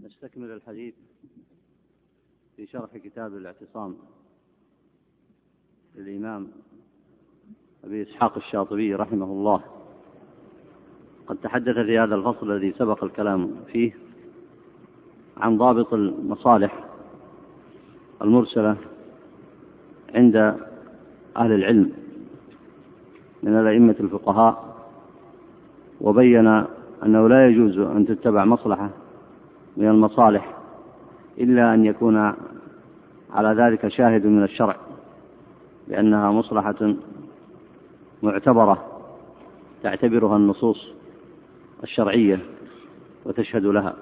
نستكمل الحديث في شرح كتاب الاعتصام للإمام أبي إسحاق الشاطبي رحمه الله. قد تحدث في هذا الفصل الذي سبق الكلام فيه عن ضابط المصالح المرسلة عند أهل العلم من الأئمة الفقهاء، وبين أنه لا يجوز أن تتبع مصلحة من المصالح إلا أن يكون على ذلك شاهد من الشرع لأنها مصلحة معتبرة تعتبرها النصوص الشرعية وتشهد لها.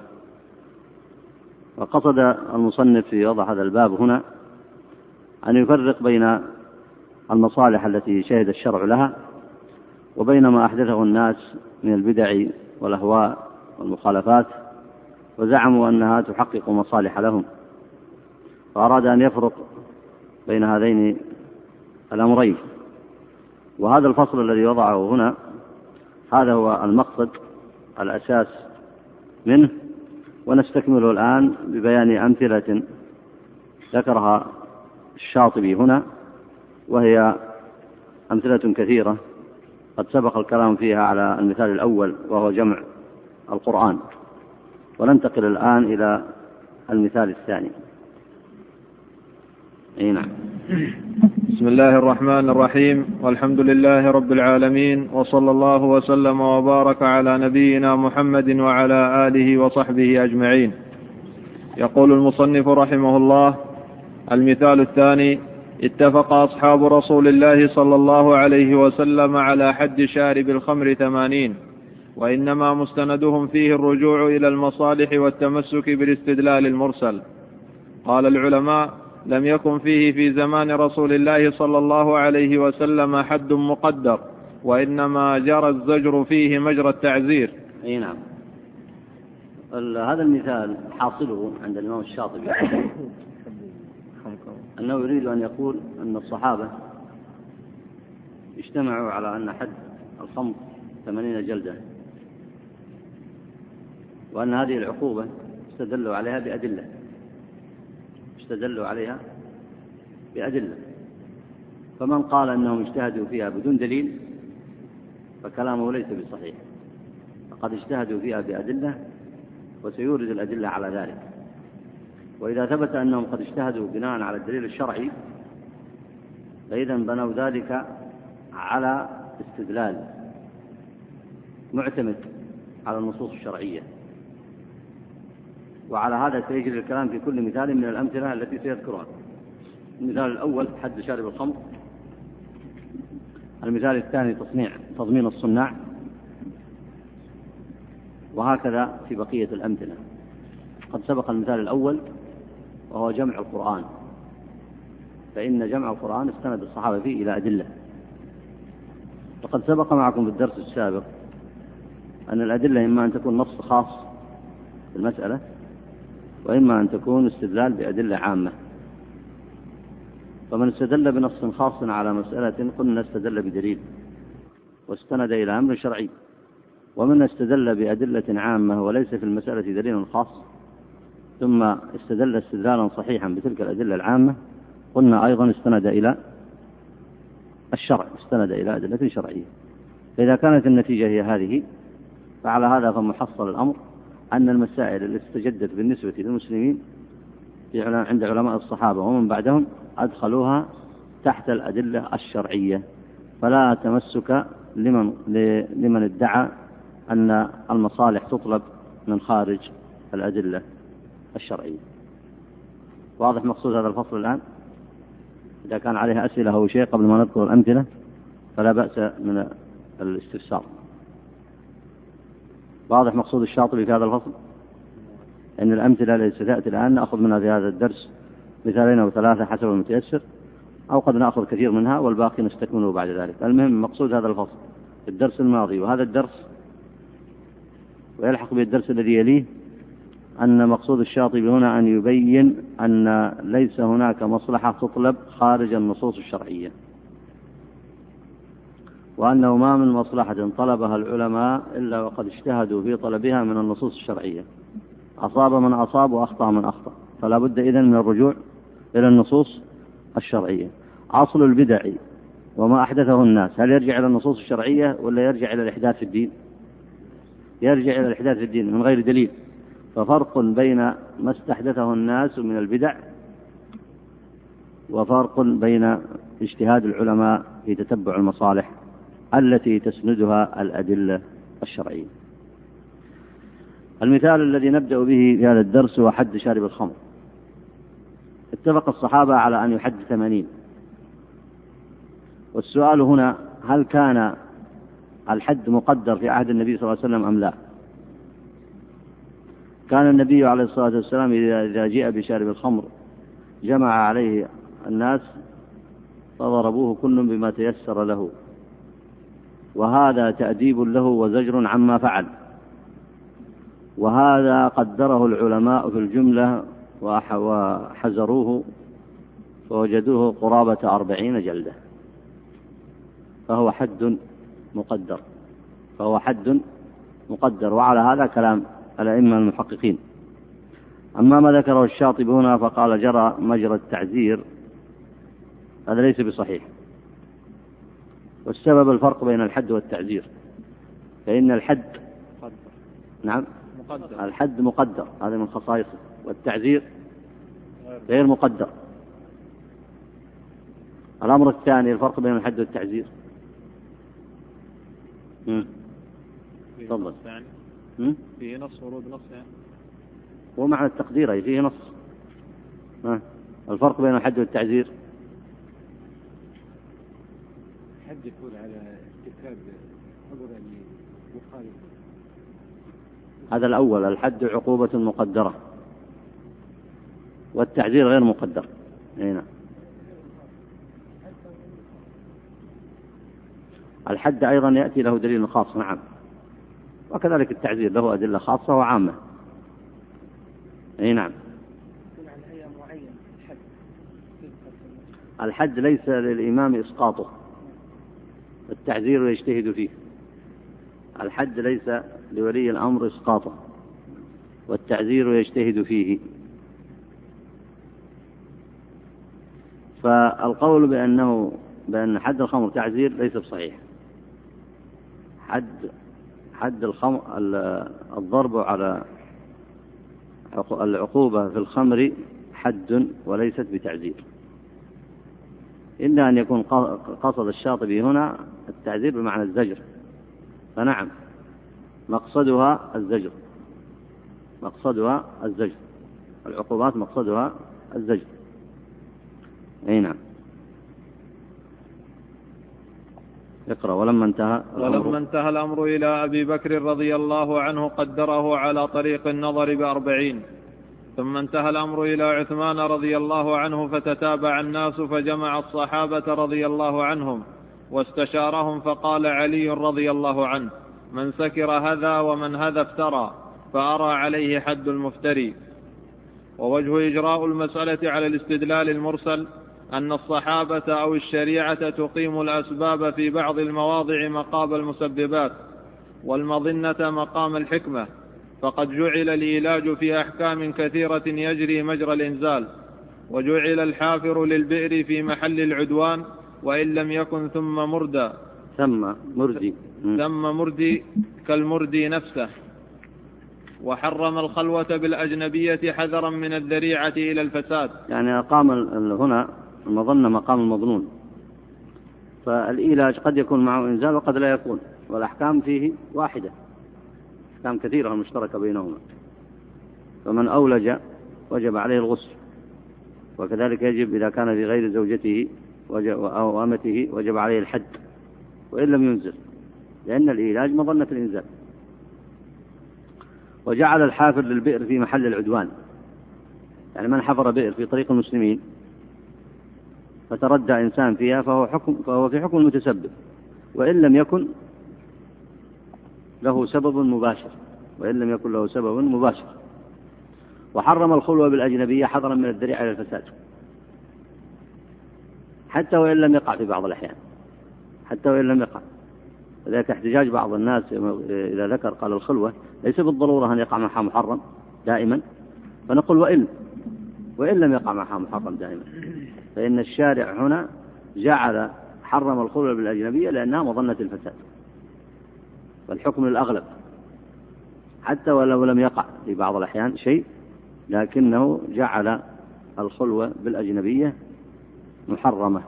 وقصد المصنف في وضع هذا الباب هنا أن يفرق بين المصالح التي شهد الشرع لها وبين ما أحدثه الناس من البدع والأهواء والمخالفات، وزعموا أنها تحقق مصالح لهم، فأراد أن يفرق بين هذين الأمرين. وهذا الفصل الذي وضعه هنا هذا هو المقصد الأساس منه، ونستكمله الآن ببيان أمثلة ذكرها الشاطبي هنا، وهي أمثلة كثيرة قد سبق الكلام فيها على المثال الأول وهو جمع القرآن، وننتقل الآن إلى المثال الثاني. نعم. بسم الله الرحمن الرحيم، والحمد لله رب العالمين، وصلى الله وسلم وبارك على نبينا محمد وعلى آله وصحبه أجمعين. يقول المصنف رحمه الله: المثال الثاني: اتفق أصحاب رسول الله صلى الله عليه وسلم على حد شارب الخمر 80، وإنما مستندهم فيه الرجوع إلى المصالح والتمسك بالاستدلال المرسل. قال العلماء: لم يكن فيه في زمان رسول الله صلى الله عليه وسلم حد مقدر، وإنما جرى الزجر فيه مجرى التعزير. نعم. هذا المثال حاصله عند الإمام الشاطبي أنه يريد أن يقول أن الصحابة اجتمعوا على أن حد الخمر 80 جلدة، وأن هذه العقوبة استدلوا عليها بأدلة. فمن قال أنهم اجتهدوا فيها بدون دليل فكلامه ليس بصحيح، فقد اجتهدوا فيها بأدلة وسيورد الأدلة على ذلك. وإذا ثبت أنهم قد اجتهدوا بناء على الدليل الشرعي فإذا بنوا ذلك على استدلال معتمد على النصوص الشرعية. وعلى هذا سيجري الكلام في كل مثال من الأمثلة التي سيذكرها. المثال الأول حد شارب الخمر، المثال الثاني تضمين الصناع، وهكذا في بقية الأمثلة. قد سبق المثال الأول وهو جمع القرآن، فإن جمع القرآن استند الصحابة فيه إلى أدلة. وقد سبق معكم في الدرس السابق أن الأدلة إما أن تكون نص خاص في المسألة، وإما أن تكون استدلال بأدلة عامة. فمن استدل بنص خاص على مسألة قلنا استدل بدليل واستند إلى أمر شرعي، ومن استدل بأدلة عامة وليس في المسألة دليل خاص ثم استدل استدلالا صحيحا بتلك الأدلة العامة قلنا أيضا استند إلى الشرع، استند إلى أدلة شرعية. فإذا كانت النتيجة هي هذه فعلى هذا فمحصل الأمر أن المسائل التي استجدت بالنسبة للمسلمين عند علماء الصحابة ومن بعدهم أدخلوها تحت الأدلة الشرعية، فلا تمسك لمن ادعى أن المصالح تطلب من خارج الأدلة الشرعية. واضح مقصود هذا الفصل الآن؟ إذا كان عليها أسئلة أو شيء قبل ما نذكر الأمثلة فلا بأس من الاستفسار. واضح مقصود الشاطبي في هذا الفصل؟ إن الأمثلة التي ستأتي الآن نأخذ منها في هذا الدرس مثالين أو ثلاثة حسب المتيسر، أو قد نأخذ كثير منها والباقي نستكمله بعد ذلك. المهم مقصود هذا الفصل الدرس الماضي وهذا الدرس ويلحق بالدرس الذي يليه أن مقصود الشاطبي هنا أن يبين أن ليس هناك مصلحة تطلب خارج النصوص الشرعية، وأنه ما من مصلحة طلبها العلماء إلا وقد اجتهدوا في طلبها من النصوص الشرعية. أصاب من أصاب وأخطأ من أخطأ، فلا بد إذن من الرجوع إلى النصوص الشرعية. أصل البدع وما أحدثه الناس هل يرجع إلى النصوص الشرعية ولا يرجع إلى الإحداث في الدين؟ يرجع إلى الإحداث في الدين من غير دليل. ففرق بين ما استحدثه الناس من البدع وفرق بين اجتهاد العلماء في تتبع المصالح التي تسندها الأدلة الشرعية. المثال الذي نبدأ به في هذا الدرس هو حد شارب الخمر. اتفق الصحابة على أن يحد 80. والسؤال هنا هل كان الحد مقدر في عهد النبي صلى الله عليه وسلم أم لا؟ كان النبي عليه الصلاة والسلام إذا جاء بشارب الخمر جمع عليه الناس فضربوه كل بما تيسر له، وهذا تأديب له وزجر عما فعل. وهذا قدره العلماء في الجملة وحزروه فوجدوه قرابة 40 جلدة، فهو حد مقدر. وعلى هذا كلام الأئمة المحققين. أما ما ذكره الشاطبي هنا فقال جرى مجرى التعزير، هذا ليس بصحيح. والسبب الفرق بين الحد والتعزير، فإن الحد الحد مقدر، هذا من خصائصه، والتعزير غير مقدر. الأمر الثاني الفرق بين الحد والتعزير. تفضل. فيه نص ورود نص يعني. ومعنى التقدير فيه نص. الفرق بين الحد والتعزير. الحد يكون على ارتكاب عذر مخالف. هذا الأول، الحد عقوبة مقدرة، والتعزير غير مقدر. هنا الحد أيضا يأتي له دليل خاص، نعم، وكذلك التعزير له أدلة خاصة وعامة. نعم. الحد ليس للإمام إسقاطه، التعزير يجتهد فيه. الحد ليس لولي الأمر إسقاطه، والتعزير يجتهد فيه. فالقول بأن حد الخمر تعزير ليس بصحيح. حد الخمر الضرب على العقوبة في الخمر حد وليست بتعزير، إلا أن يكون قصد الشاطبي هنا التعزير بمعنى الزجر، فنعم مقصدها الزجر، العقوبات مقصدها الزجر. نعم. اقرأ. ولما انتهى الأمر إلى أبي بكر رضي الله عنه قدره على طريق النظر ب40. ثم انتهى الأمر إلى عثمان رضي الله عنه فتتابع الناس، فجمع الصحابة رضي الله عنهم واستشارهم، فقال علي رضي الله عنه: من سكر هذا ومن هذا افترى، فأرى عليه حد المفتري. ووجه إجراء المسألة على الاستدلال المرسل أن الصحابة أو الشريعة تقيم الأسباب في بعض المواضع مقام المسببات، والمظنة مقام الحكمة، فقد جعل العلاج في أحكام كثيرة يجري مجرى الإنزال، وجعل الحافر للبئر في محل العدوان وإن لم يكن ثم مردي كالمردي نفسه، وحرم الخلوة بالأجنبية حذرا من الذريعة إلى الفساد. يعني أقام هنا المظنة مقام المظنون، فالإيلاج قد يكون معه إنزال وقد لا يكون، والأحكام فيه واحدة، أحكام كثيرة مشتركة بينهما. فمن أولج وجب عليه الغسل، وكذلك يجب إذا كان في غير زوجته أو أمته وجب عليه الحد وإن لم ينزل، لأن الإيلاج مظنة الإنزال. وجعل الحافر للبئر في محل العدوان، يعني من حفر بئر في طريق المسلمين فتردى إنسان فيها فهو في حكم المتسبب، وإن لم يكن له سبب مباشر. وحرم الخلوة بالأجنبية حذرا من الذريعة إلى الفساد، حتى وإن لم يقع في بعض الأحيان، لذلك احتجاج بعض الناس إذا ذكر قال الخلوة ليس بالضرورة أن يقع معها محرم، دائما، فنقول وإن لم يقع معها محرم دائما، فإن الشارع هنا حرم الخلوة بالأجنبية لأنها مظنة الفساد، فالحكم للأغلب حتى ولو لم يقع في بعض الأحيان شيء، لكنه جعل الخلوة بالأجنبية محرمة.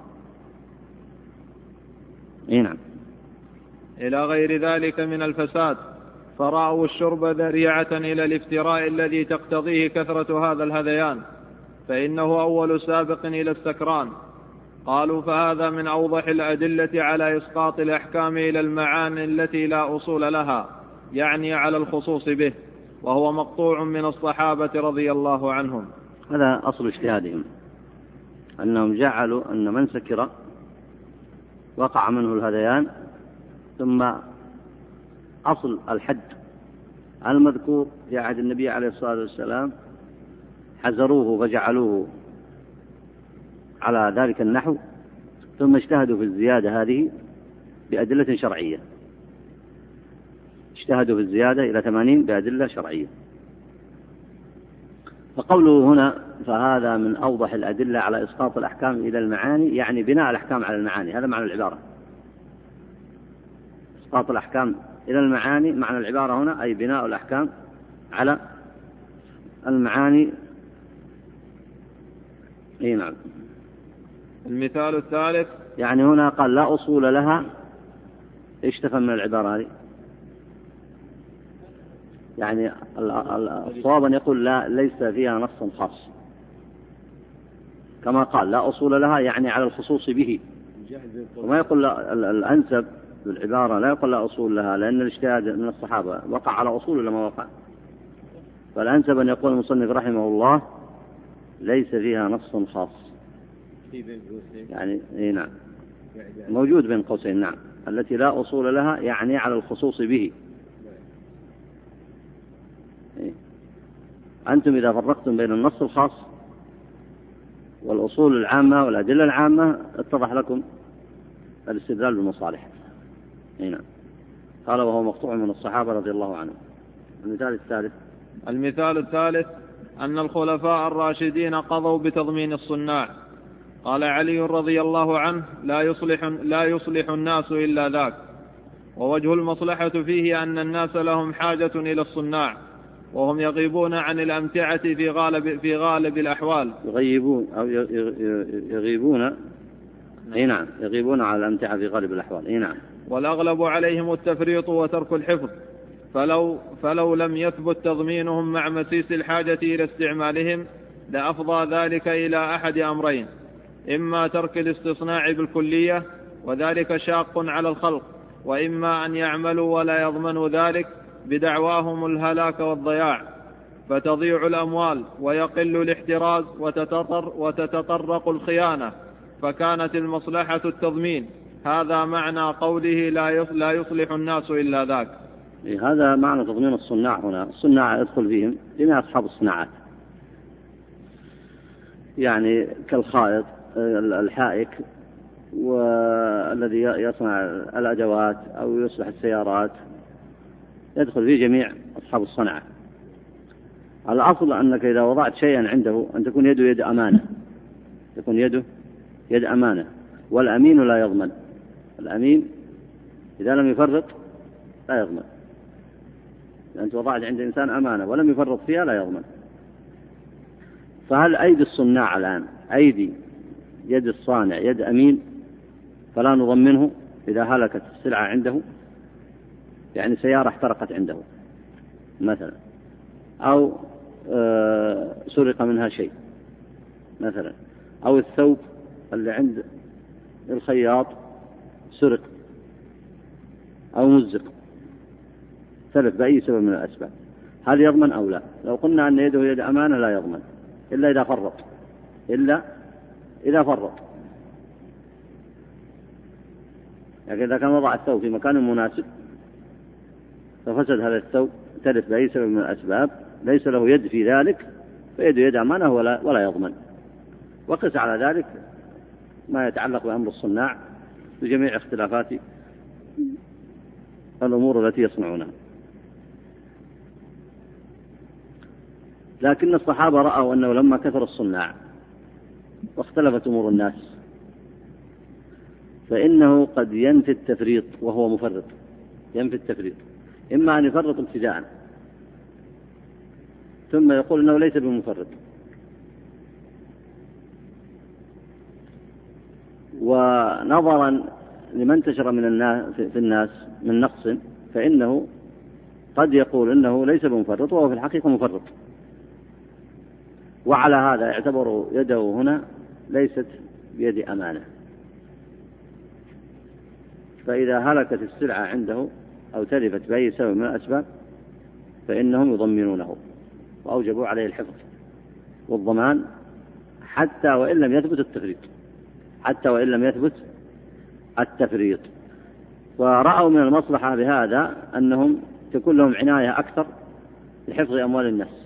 نعم. إلى غير ذلك من الفساد، فرأوا الشرب ذريعة إلى الافتراء الذي تقتضيه كثرة هذا الهذيان، فإنه أول سابق إلى السكران. قالوا فهذا من أوضح الأدلة على إسقاط الأحكام إلى المعاني التي لا أصول لها، يعني على الخصوص به، وهو مقطوع من الصحابة رضي الله عنهم. هذا أصل اجتهادهم، أنهم جعلوا أن من سكر وقع منه الهذيان، ثم أصل الحد المذكور في عهد النبي عليه الصلاة والسلام حذروه فجعلوه على ذلك النحو، ثم اجتهدوا في الزيادة هذه بأدلة شرعية، اجتهدوا في الزيادة إلى 80 بأدلة شرعية. فقوله هنا فهذا من أوضح الأدلة على إسقاط الأحكام إلى المعاني، يعني بناء الأحكام على المعاني، هذا معنى العبارة. إسقاط الأحكام إلى المعاني معنى العبارة هنا أي بناء الأحكام على المعاني. نعم. المثال الثالث، يعني هنا قال لا أصول لها، إيش تفهم من العبارة هذه؟ يعني الصواب أن يقول لا، ليس فيها نص خاص، كما قال لا أصول لها يعني على الخصوص به، وما يقول الأنسب بالعبارة لا يقول لا أصول لها، لأن الاجتهاد من الصحابة وقع على أصول ولا ما وقع، فالأنسب أن يقول المصنف رحمه الله ليس فيها نص خاص. يعني نعم، موجود بين قوسين، نعم، التي لا أصول لها يعني على الخصوص به. أنتم إذا فرقتم بين النص الخاص والأصول العامة والأدلة العامة اتضح لكم الاستدلال بالمصالح. نعم. قال وهو مقطوع من الصحابة رضي الله عنهم. المثال الثالث أن الخلفاء الراشدين قضوا بتضمين الصناع. قال علي رضي الله عنه لا يصلح الناس إلا ذاك، ووجه المصلحة فيه أن الناس لهم حاجة إلى الصناع، وهم يغيبون عن الأمتعة في غالب الأحوال. يغيبون نعم، يغيبون على الأمتعة في غالب الأحوال. نعم. والأغلب عليهم التفريط وترك الحفظ، فلو لم يثبت تضمينهم مع مسيس الحاجة إلى استعمالهم لأفضى ذلك إلى أحد أمرين: إما ترك الاستصناع بالكلية وذلك شاق على الخلق، وإما أن يعملوا ولا يضمنوا ذلك بدعواهم الهلاك والضياع، فتضيع الأموال ويقل الاحتراز وتتطرق الخيانة، فكانت المصلحة التضمين. هذا معنى قوله لا يصلح الناس إلا ذاك. هذا معنى تضمين الصناع هنا. الصناع يدخل فيهم جميع أصحاب الصناعات، يعني كالخائط الحائك والذي يصنع الأدوات أو يصلح السيارات، يدخل فيه جميع أصحاب الصنعة. الأصل أنك إذا وضعت شيئا عنده أن تكون يده يد أمانة، تكون يده يد أمانة، والأمين لا يضمن. الأمين إذا لم يفرط لا يضمن. أنت وضعت عند إنسان أمانة ولم يفرط فيها لا يضمن. فهل أيدي الصناع الآن أيدي يد الصانع يد أمين فلا نضمنه إذا هلكت السلعة عنده؟ يعني سيارة احترقت عنده مثلا، أو سرق منها شيء مثلا، أو الثوب اللي عند الخياط سرق أو مزق، تلف بأي سبب من الأسباب، هل يضمن أو لا؟ لو قلنا أن يده يد أمانة لا يضمن إلا إذا فرط، يعني إذا كان وضع الثوب في مكان مناسب ففسد هذا الثوب تلف بأي سبب من الأسباب ليس له يد في ذلك، فيده يد أمانة ولا يضمن. وقس على ذلك ما يتعلق بأمر الصناع بجميع اختلافات الأمور التي يصنعونها. لكن الصحابة رأوا أنه لما كثر الصناع واختلفت أمور الناس فإنه قد ينفي التفريط وهو مفرط، ينفي التفريط، إما أن يفرط ابتداء ثم يقول أنه ليس بمفرط، ونظرا لما انتشر في الناس من نقص فإنه قد يقول إنه ليس بمفرط وهو في الحقيقة مفرط. وعلى هذا يعتبر يده هنا ليست بيد أمانة، فإذا هلكت السلعة عنده أو تلفت بأي سبب من الأسباب فإنهم يضمنونه وأوجبوا عليه الحفظ والضمان حتى وإن لم يثبت التفريط، حتى وإن لم يثبت التفريط. ورأوا من المصلحة بهذا أنهم تكون لهم عناية أكثر لحفظ أموال الناس.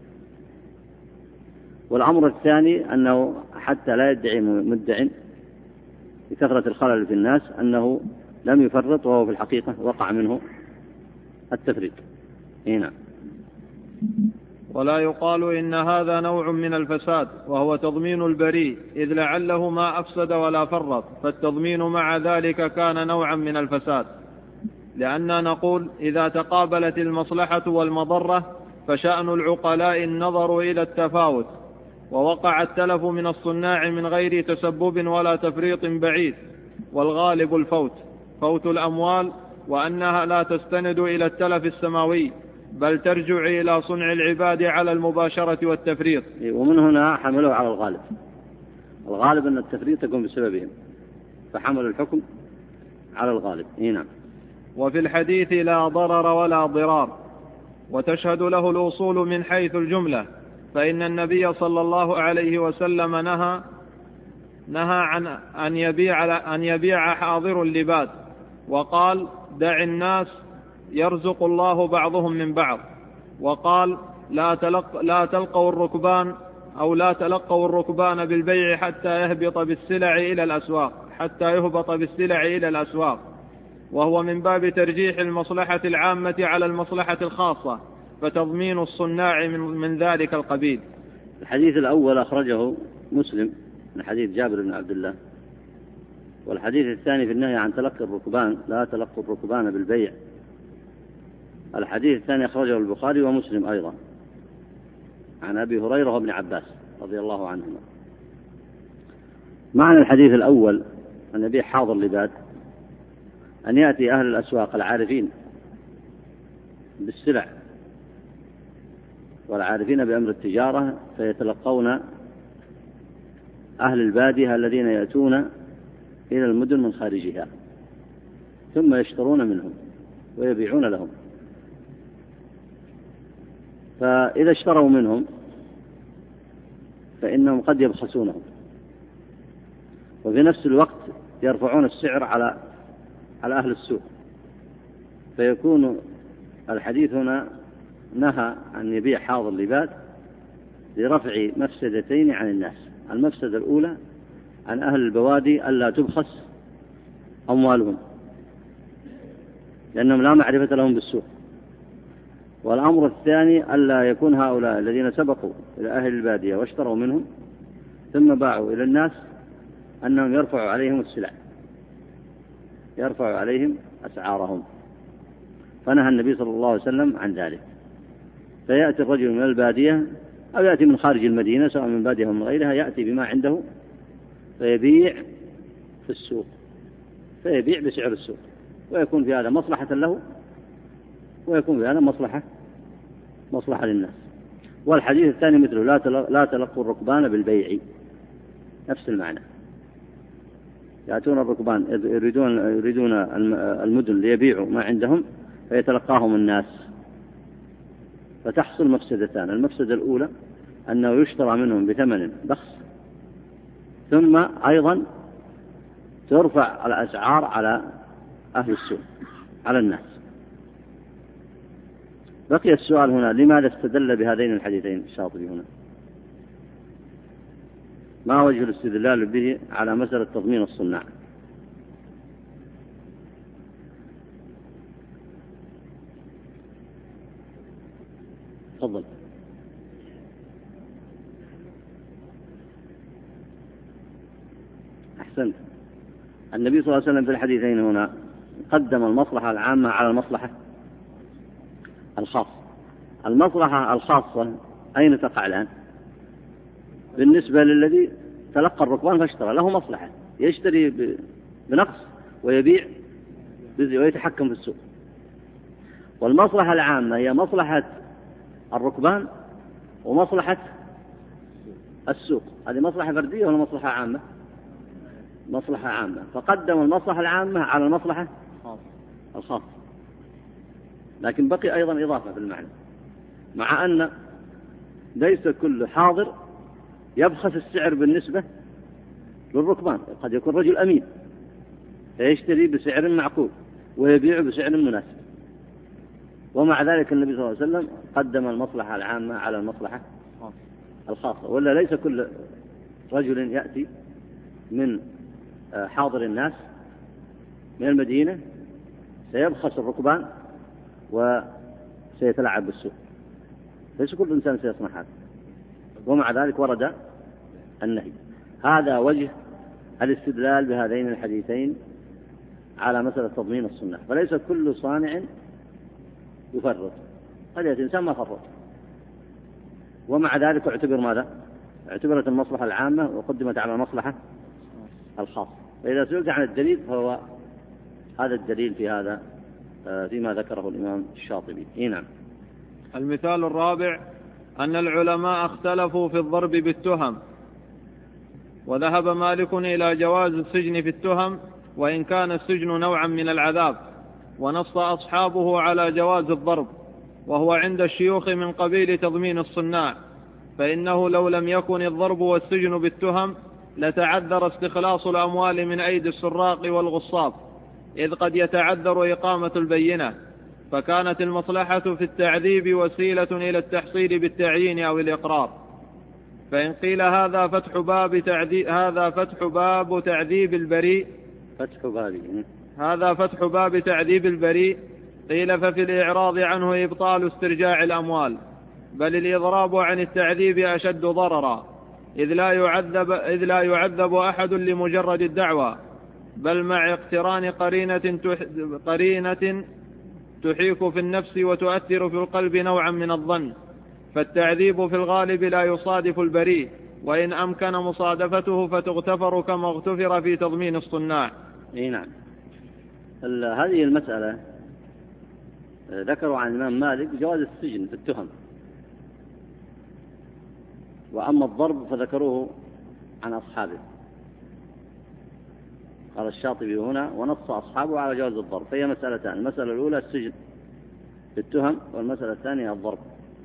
والأمر الثاني أنه حتى لا يدعي مدع بكثرة الخلل في الناس أنه لم يفرط وهو في الحقيقة وقع منه التفريط. هنا ولا يقال إن هذا نوع من الفساد وهو تضمين البريء، إذ لعله ما أفسد ولا فرط، فالتضمين مع ذلك كان نوعا من الفساد. لأننا نقول إذا تقابلت المصلحة والمضرة فشأن العقلاء النظر إلى التفاوت، ووقع التلف من الصناع من غير تسبب ولا تفريط بعيد، والغالب فوت الأموال، وأنها لا تستند إلى التلف السماوي بل ترجع إلى صنع العباد على المباشرة والتفريط. ومن هنا حملوا على الغالب أن التفريط يكون بسببهم فحملوا الحكم على الغالب. هنا وفي الحديث لا ضرر ولا ضرار، وتشهد له الأصول من حيث الجملة، فإن النبي صلى الله عليه وسلم نهى عن أن يبيع حاضر اللباد، وقال دع الناس يرزق الله بعضهم من بعض، وقال لا تلقوا الركبان أو لا تلقوا الركبان بالبيع حتى يهبط بالسلع إلى الأسواق، وهو من باب ترجيح المصلحة العامة على المصلحة الخاصة، فتضمين الصناع من ذلك القبيل. الحديث الأول أخرجه مسلم من حديث جابر بن عبد الله، والحديث الثاني في النهي عن تلقي الركبان لا تلقوا الركبان بالبيع. الحديث الثاني أخرجه البخاري ومسلم أيضا عن أبي هريرة وابن عباس رضي الله عنهما. معنى الحديث الأول أن يبيع حاضر لباد أن يأتي أهل الأسواق العارفين بالسلع والعارفين بأمر التجارة فيتلقون أهل البادية الذين يأتون إلى المدن من خارجها ثم يشترون منهم ويبيعون لهم. فإذا اشتروا منهم فإنهم قد يبخسونهم، وفي نفس الوقت يرفعون السعر على أهل السوق، فيكون الحديث هنا نهى أن يبيع حاضر لباد لرفع مفسدتين عن الناس. المفسدة الأولى عن أهل البوادي ألا تبخس أموالهم لأنهم لا معرفة لهم بالسوق، والأمر الثاني ألا يكون هؤلاء الذين سبقوا إلى أهل البادية واشتروا منهم ثم باعوا إلى الناس أنهم يرفعوا عليهم السلع، يرفعوا عليهم أسعارهم، فنهى النبي صلى الله عليه وسلم عن ذلك. فيأتي الرجل من البادية أو يأتي من خارج المدينة سواء من بادية أو من غيرها، يأتي بما عنده فيبيع في السوق، فيبيع بسعر السوق، ويكون في هذا مصلحة له ويكون في هذا مصلحة للناس. والحديث الثاني مثله لا تلقوا الركبان بالبيع، نفس المعنى. يأتون الركبان يريدون المدن ليبيعوا ما عندهم فيتلقاهم الناس، فتحصل مفسدتان. المفسدة الأولى أنه يشترى منهم بثمن بخس، ثم أيضا ترفع الأسعار على أهل السوق على الناس. بقي السؤال هنا لماذا استدل بهذين الحديثين الشاطبي هنا؟ ما وجه الاستدلال به على مسألة تضمين الصناع؟ تفضل. أحسنت. النبي صلى الله عليه وسلم في الحديثين هنا قدم المصلحة العامة على المصلحة الخاصة. المصلحة الخاصة أين تقع الآن؟ بالنسبة للذي تلقى الركبان فاشترى، له مصلحة، يشتري بنقص ويبيع ويتحكم في السوق. والمصلحة العامة هي مصلحة الركبان ومصلحة السوق. هذه مصلحة فردية ولا مصلحة عامة؟ مصلحة عامة، فقدم المصلحة العامة على المصلحة الخاصة. لكن بقي أيضا إضافة في المعنى، مع أن ليس كل حاضر يبخس السعر بالنسبة للركبان. قد يكون رجل أمين فيشتري بسعر معقول ويبيع بسعر مناسب، ومع ذلك النبي صلى الله عليه وسلم قدم المصلحة العامة على المصلحة الخاصة. ولا ليس كل رجل يأتي من حاضر الناس من المدينة سيبخس الركبان وسيتلعب بالسوق، ليس كل إنسان سيصنع هذا، ومع ذلك ورد النهي. هذا وجه الاستدلال بهذين الحديثين على مسألة تضمين السنة. فليس كل صانع يفرط، قد يأتي إنسان ما فرط، ومع ذلك اعتبر ماذا؟ اعتبرت المصلحة العامة وقدمت على المصلحة الخاصة. فإذا سئلت عن الدليل فهو هذا الدليل في هذا فيما ذكره الإمام الشاطبي. نعم. المثال الرابع أن العلماء اختلفوا في الضرب بالتهم، وذهب مالك إلى جواز السجن في التهم وإن كان السجن نوعا من العذاب، ونص أصحابه على جواز الضرب، وهو عند الشيوخ من قبيل تضمين الصناع، فإنه لو لم يكن الضرب والسجن بالتهم لتعذر استخلاص الأموال من أيدي السراق والغصاب، إذ قد يتعذر إقامة البينة، فكانت المصلحة في التعذيب وسيلة إلى التحصيل بالتعيين أو الإقرار. فإن قيل هذا فتح باب تعذيب البريء، هذا فتح باب تعذيب البريء، قيل ففي الإعراض عنه إبطال استرجاع الأموال، بل الإضراب عن التعذيب أشد ضررا، إذ لا يعذب أحد لمجرد الدعوى، بل مع اقتران قرينة تحيك في النفس وتؤثر في القلب نوعا من الظن، فالتعذيب في الغالب لا يصادف البريء، وإن أمكن مصادفته فتغتفر كما اغتفر في تضمين الصناع. نعم. هذه المسألة ذكروا عن الإمام مالك جواز السجن في التهم، وأما الضرب فذكروه عن أصحابه. قال الشاطبي هنا ونص أصحابه على جواز الضرب، فهي مسألتان: المسألة الأولى السجن في التهم، والمسألة الثانية الضرب.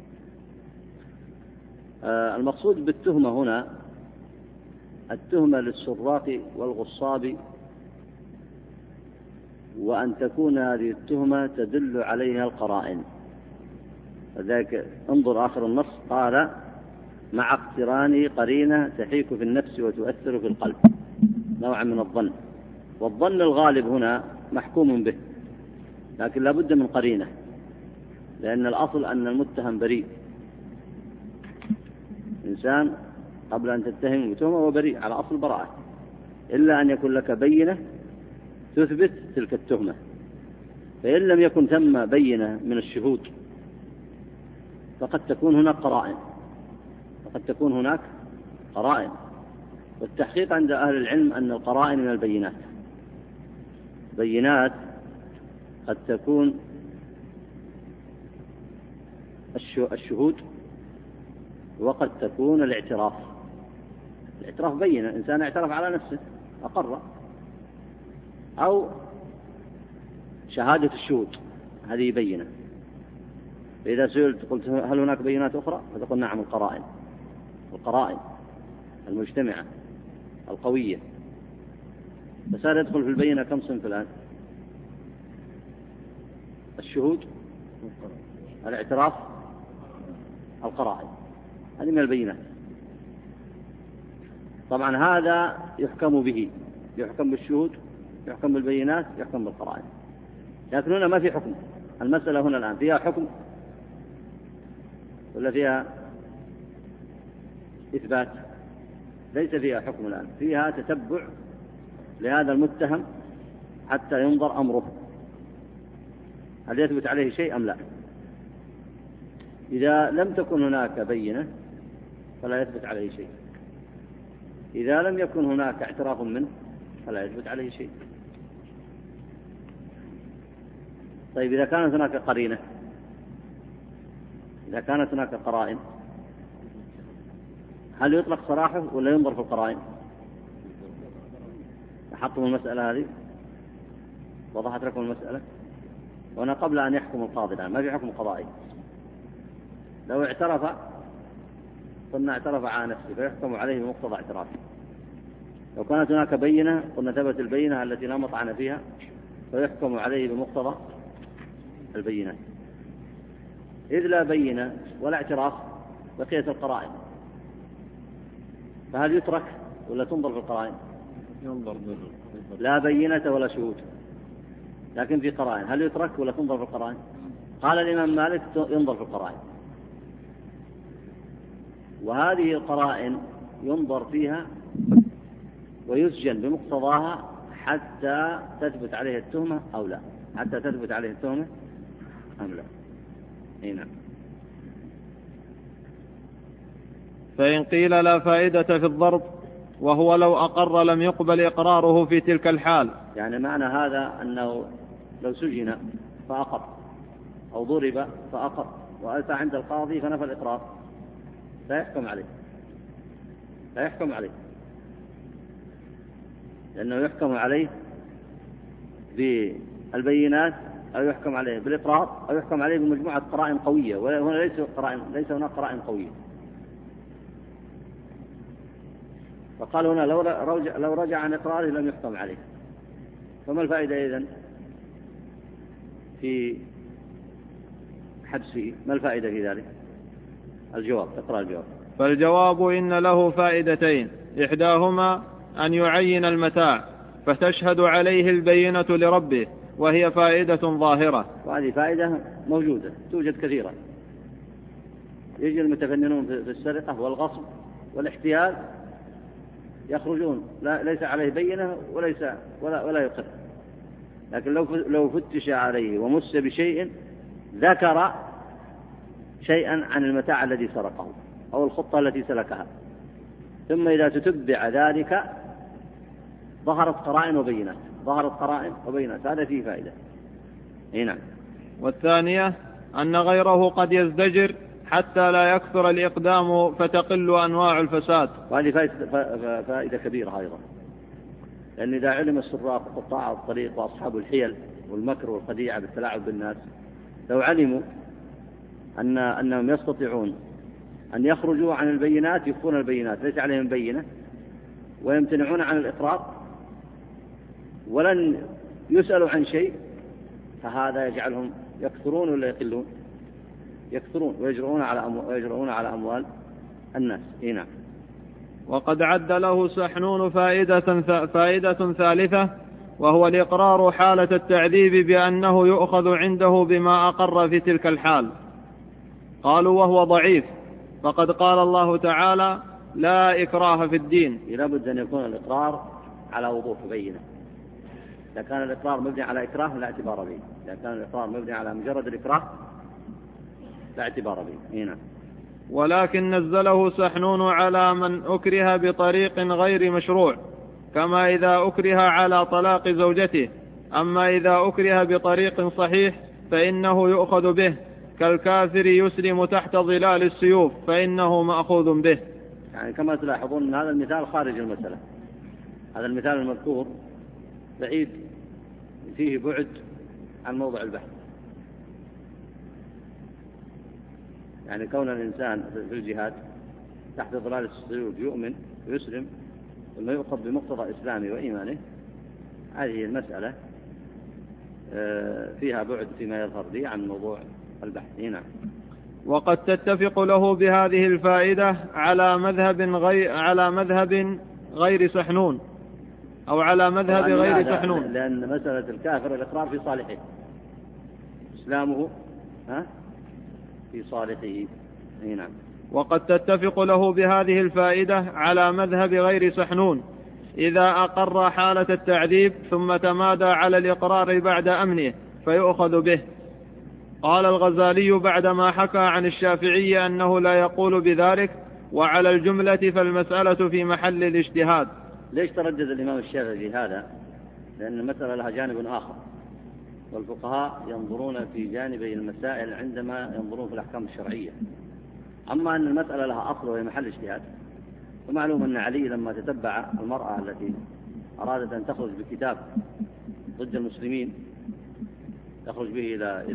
المقصود بالتهمة هنا التهمة للسراق والغصاب، وأن تكون هذه التهمة تدل عليها القرائن. فذلك انظر آخر النص، قال مع اقتران قرينة تحيك في النفس وتؤثر في القلب نوعا من الظن. والظن الغالب هنا محكوم به، لكن لا بد من قرينة، لأن الأصل أن المتهم بريء. إنسان قبل أن تتهم بتهمة هو بريء على أصل براءة، إلا أن يكون لك بينة تثبت تلك التهمة. فإن لم يكن ثم بينة من الشهود فقد تكون هناك قرائن، والتحقيق عند أهل العلم أن القرائن من البينات. بينات قد تكون الشهود، وقد تكون الاعتراف بينة، إنسان اعترف على نفسه أقر، أو شهادة الشهود هذه بينة. فإذا سئلت قلت هل هناك بينات أخرى؟ فتقول نعم، القرائن المجتمعة القوية. فصار يدخل في البينة كم صنف الآن؟ الشهود، الاعتراف، القرائن، هذه من البينات. طبعا هذا يحكم به، يحكم بالشهود، يحكم بالبينات، يحكم بالقرائن. لكن هنا ما في حكم. المسألة هنا الآن فيها حكم ولا فيها إثبات؟ ليس فيها حكم الآن، فيها تتبع لهذا المتهم حتى ينظر أمره هل يثبت عليه شيء أم لا. إذا لم تكن هناك بينة فلا يثبت عليه شيء، إذا لم يكن هناك اعتراف منه فلا يثبت عليه شيء. طيب إذا كانت هناك قرينة، إذا كانت هناك قرائن، هل يطلق سراحه ولا ينظر في القرائن؟ لاحظتم المسألة هذه؟ وضحت لكم المسألة؟ وأنا قبل أن يحكم القاضي الآن ما في حكم قضائي، لو اعترف قلنا اعترف على نفسه فيحكم عليه بمقتضى اعترافه. لو كانت هناك بينة قلنا ثبت البينة التي لا مطعن فيها فيحكم عليه بمقتضى البينة. إذ لا بينة ولا اعتراف بقيت القرائن، فهل يترك ولا تنظر في القرائن؟ ينظر لا بينة ولا شهود، لكن في قرائن، هل يترك ولا تنظر في القرائن؟ قال الإمام مالك ينظر في القرائن، وهذه القرائن ينظر فيها ويسجن بمقتضاها حتى تثبت عليه التهمة أو لا، حتى تثبت عليه التهمة أم لا. هنا فإن قيل لا فائدة في الضرب وهو لو أقر لم يقبل إقراره في تلك الحال. يعني معنى هذا أنه لو سجن فأقر أو ضرب فأقر وأتى عند القاضي فنفى الإقرار لا يحكم عليه، لا يحكم عليه، لأنه يحكم عليه بالبينات أو يحكم عليه بالإقرار أو يحكم عليه بمجموعة قرائن قوية، وهنا ليس هناك قرائن قوية. فقال هنا لو رجع عن إقراره لم يحكم عليه، فما الفائدة إذن في حبسه؟ ما الفائدة في ذلك؟ الجواب، اقرأ الجواب. فالجواب إن له فائدتين، إحداهما أن يعين المتاع فتشهد عليه البينة لربه، وهي فائدة ظاهرة، وهذه فائدة موجودة توجد كثيرا. يجي المتفننون في السرقة والغصب والاحتيال يخرجون ليس عليه بينة ولا يقر، لكن لو فتش عليه ومس بشيء ذكر شيئا عن المتاع الذي سرقه أو الخطة التي سلكها، ثم إذا تتبع ذلك ظهرت قرائن وبينات، هذا فيه فائدة. هنا والثانية أن غيره قد يزدجر حتى لا يكثر الإقدام فتقل أنواع الفساد، وهذه فائدة كبيرة أيضا، لأن إذا علم السراق وقطاع الطريق وأصحاب الحيل والمكر والخديعة بالتلاعب بالناس لو علموا أنهم يستطيعون أن يخرجوا عن البينات، يخفون البينات ليس عليهم بينة، ويمتنعون عن الإقرار ولن يسألوا عن شيء، فهذا يجعلهم يكثرون ولا يقلون؟ يكثرون ويجرؤون على أموال الناس. هنا وقد عد له سحنون فائدة ثالثة، وهو الإقرار حالة التعذيب بأنه يؤخذ عنده بما أقر في تلك الحال. قالوا وهو ضعيف، فقد قال الله تعالى لا إكراه في الدين. لابد أن يكون الإقرار على وضوح بينة. إذا كان الإقرار مبني على إكراه لا اعتبار به، إذا كان الإقرار مبني على مجرد الإكراه لا اعتبار به. هنا ولكن نزله سحنون على من أكره بطريق غير مشروع، كما إذا أكره على طلاق زوجته، أما إذا أكره بطريق صحيح فإنه يؤخذ به، كالكافر يسلم تحت ظلال السيوف فإنه مأخوذ به. يعني كما تلاحظون هذا المثال خارج المسألة، هذا المثال المذكور بعيد فيه بعد عن موضع البحث. يعني كون الإنسان في الجهاد تحت ظلال السيوف يؤمن ويسلم ثم يؤخذ بمقتضى إسلامه وإيمانه، هذه المسألة فيها بعد فيما يظهر لي عن موضوع البحث. هنا وقد تتفق له بهذه الفائدة على مذهب غير سحنون، أو على مذهب غير سحنون، لأن مسألة الكافر الإقرار في صالحه، إسلامه في صالحه. هنا وقد تتفق له بهذه الفائدة على مذهب غير سحنون، إذا أقر حالة التعذيب ثم تمادى على الإقرار بعد أمنه فيؤخذ به. قال الغزالي بعدما حكى عن الشافعي أنه لا يقول بذلك: وعلى الجملة فالمسألة في محل الاجتهاد. ليش تردد الإمام الشافعي في هذا؟ لأن المسألة لها جانب آخر، والفقهاء ينظرون في جانبي المسائل عندما ينظرون في الأحكام الشرعية. أما أن المسألة لها أصل وهي محل اجتهاد، ومعلوم أن علي لما تتبع المرأة التي أرادت أن تخرج بكتاب ضد المسلمين تخرج به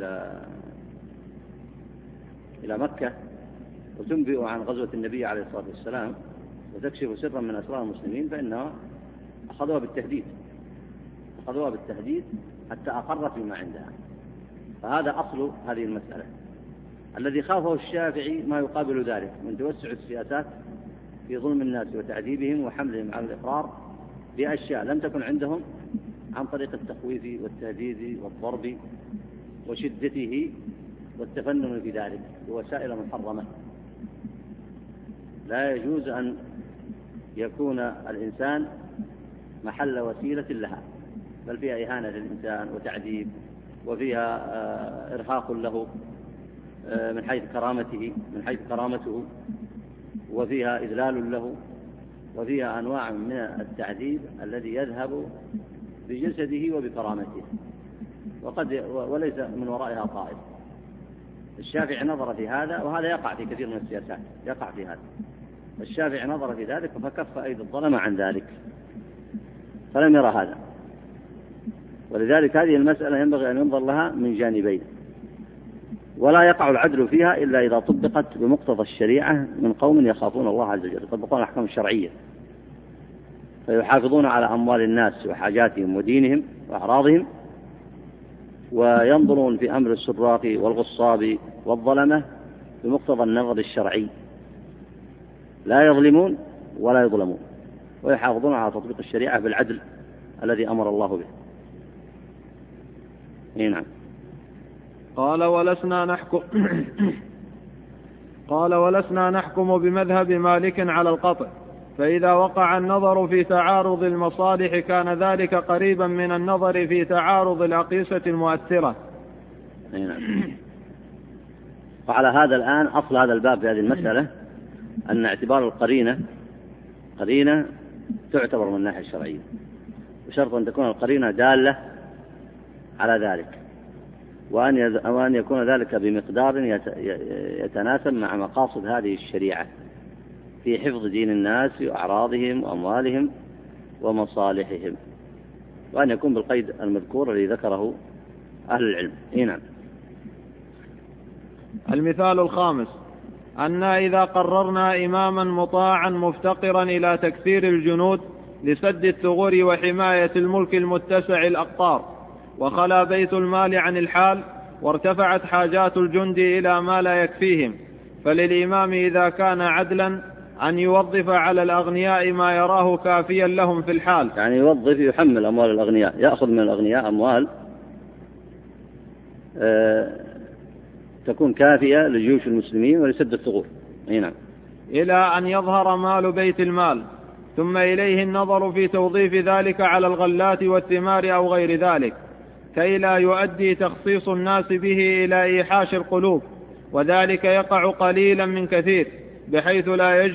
إلى مكة وتنبئ عن غزوة النبي عليه الصلاة والسلام وتكشف سرا من أسرار المسلمين، فإنها أخذوها بالتهديد حتى أقرت بما عندها. فهذا أصل هذه المسألة. الذي خافه الشافعي ما يقابل ذلك من توسع السياسات في ظلم الناس وتعذيبهم وحملهم على الإقرار بأشياء لم تكن عندهم عن طريق التخويف والتهديد والضرب وشدته والتفنن في ذلك بوسائل محرمة. لا يجوز أن يكون الإنسان محل وسيلة لها، بل فيها إهانة للإنسان وتعذيب، وفيها إرهاق له من حيث كرامته، وفيها إذلال له، وفيها أنواع من التعذيب الذي يذهب بجسده وبكرامته وليس من ورائها طائف. الشافعي نظر في هذا، وهذا يقع في كثير من السياسات، يقع في هذا. الشافعي نظر في ذلك فكف أيدي الظلمة عن ذلك، فلم يرى هذا. ولذلك هذه المسألة ينبغي أن ينظر لها من جانبين، ولا يقع العدل فيها إلا إذا طبقت بمقتضى الشريعة من قوم يخافون الله عز وجل، يطبقون الأحكام الشرعية فيحافظون على أموال الناس وحاجاتهم ودينهم وأعراضهم، وينظرون في أمر السراق والغصاب والظلمة بمقتضى النظر الشرعي، لا يظلمون ولا يظلمون، ويحافظون على تطبيق الشريعة بالعدل الذي أمر الله به. نعم. قال ولسنا نحكم بمذهب مالك على القطع، فإذا وقع النظر في تعارض المصالح كان ذلك قريبا من النظر في تعارض الأقيسة المؤثرة. نعم. وعلى هذا الآن أصل هذا الباب في هذه المسألة أن اعتبار قرينة تعتبر من الناحية الشرعية، بشرط أن تكون القرينة دالة على ذلك، وأن يكون ذلك بمقدار يتناسب مع مقاصد هذه الشريعة في حفظ دين الناس وأعراضهم وأموالهم ومصالحهم، وأن يكون بالقيد المذكور الذي ذكره أهل العلم. نعم. المثال الخامس: أن إذا قررنا إماما مطاعا مفتقرا إلى تكثير الجنود لسد الثغور وحماية الملك المتسع الأقطار، وخلا بيت المال عن الحال، وارتفعت حاجات الجند إلى ما لا يكفيهم، فللإمام إذا كان عدلا أن يوظف على الأغنياء ما يراه كافيا لهم في الحال. يعني يوظف، يحمل أموال الأغنياء، يأخذ من الأغنياء أموال تكون كافية لجيوش المسلمين ولسد الثغور. نعم. إلى أن يظهر مال بيت المال، ثم إليه النظر في توظيف ذلك على الغلات والثمار أو غير ذلك، كي لا يؤدي تخصيص الناس به إلى إيحاش القلوب، وذلك يقع قليلا من كثير، بحيث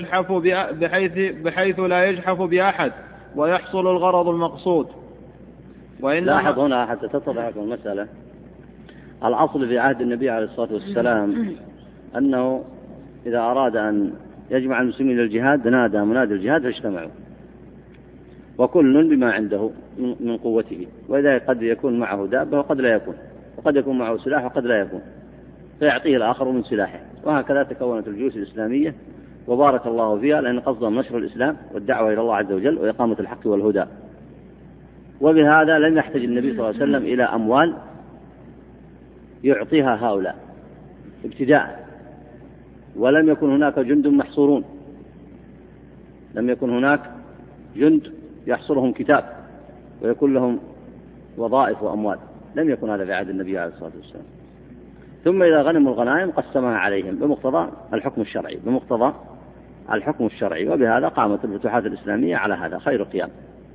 لا يجحف بأحد ويحصل الغرض المقصود. لاحظ هنا حتى تتضح لكم المسألة، الأصل في عهد النبي عليه الصلاة والسلام أنه إذا أراد أن يجمع المسلمين للجهاد نادى منادي الجهاد فاجتمعوا، وكل بما عنده من قوته، وإذا قد يكون معه دابة وقد لا يكون، وقد يكون معه سلاح وقد لا يكون، فيعطيه الآخر من سلاحه. وهكذا تكونت الجيوش الإسلامية وبارك الله فيها، لأن قصدهم نشر الإسلام والدعوة إلى الله عز وجل وإقامة الحق والهدى. وبهذا لم يحتاج النبي صلى الله عليه وسلم إلى أموال يعطيها هؤلاء ابتداء، ولم يكن هناك جند محصورون، لم يكن هناك جند يحصرهم كتاب ويكون لهم وظائف وأموال، لم يكن هذا في عهد النبي عليه الصلاة والسلام. ثم إذا غنموا الغنائم قسمها عليهم بمقتضى الحكم الشرعي، وبهذا قامت الفتوحات الإسلامية على هذا خير قيام.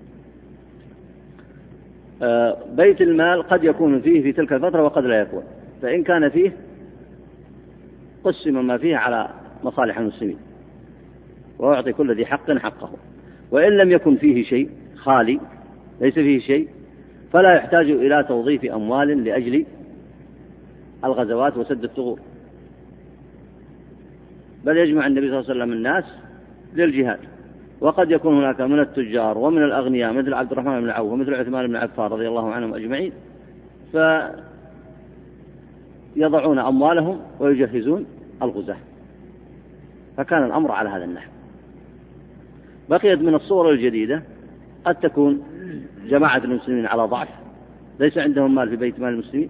بيت المال قد يكون فيه في تلك الفترة وقد لا يكون، فإن كان فيه قسم ما فيه على مصالح المسلمين وأعطي كل ذي حق حقه، وإن لم يكن فيه شيء خالي ليس فيه شيء فلا يحتاج إلى توظيف أموال لأجل الغزوات وسد الثغور، بل يجمع النبي صلى الله عليه وسلم الناس للجهاد. وقد يكون هناك من التجار ومن الأغنياء مثل عبد الرحمن بن عوف ومثل عثمان بن عفان رضي الله عنهم أجمعين، فيضعون أموالهم ويجهزون الغزاة، فكان الأمر على هذا النحو. بقيت من الصور الجديدة قد تكون جماعة المسلمين على ضعف، ليس عندهم مال في بيت مال المسلمين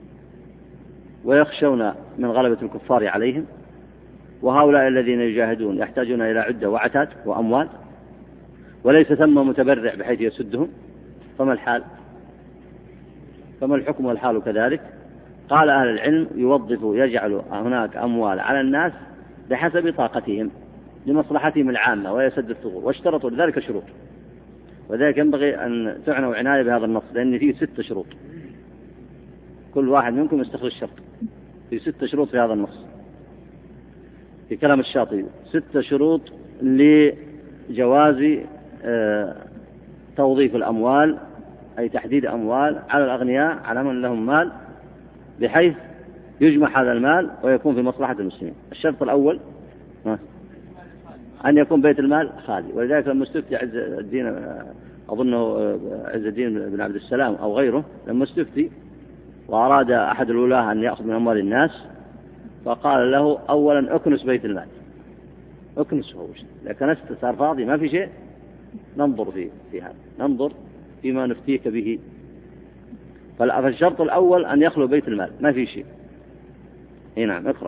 ويخشون من غلبة الكفار عليهم، وهؤلاء الذين يجاهدون يحتاجون إلى عدة وعتاد وأموال، وليس ثم متبرع بحيث يسدهم، فما الحال؟ فما الحكم والحال كذلك؟ قال أهل العلم يجعل هناك أموال على الناس بحسب طاقتهم لمصلحتهم العامة ويسد الثغور، واشترطوا لذلك شروط، وذلك ينبغي أن تعنوا عناية بهذا النص، لأن فيه 6 شروط، كل واحد منكم يستخرج شرط، في 6 شروط في هذا النص في كلام الشاطبي، 6 شروط لجواز توظيف الأموال، أي تحديد أموال على الأغنياء على من لهم مال بحيث يجمع هذا المال ويكون في مصلحة المسلمين. الشرط الأول أن يكون بيت المال خالي، ولذلك لما استفتي عز الدين، أظنه عز الدين بن عبد السلام أو غيره، لما استفتي وأراد أحد الولاة أن يأخذ من أموال الناس فقال له أولا أكنس بيت المال، أكنسه، لكن صار فاضي ما في شيء، ننظر في هذا، ننظر فيما نفتيك به. فالشرط الأول أن يخلو بيت المال ما في شيء. نعم اقرأ.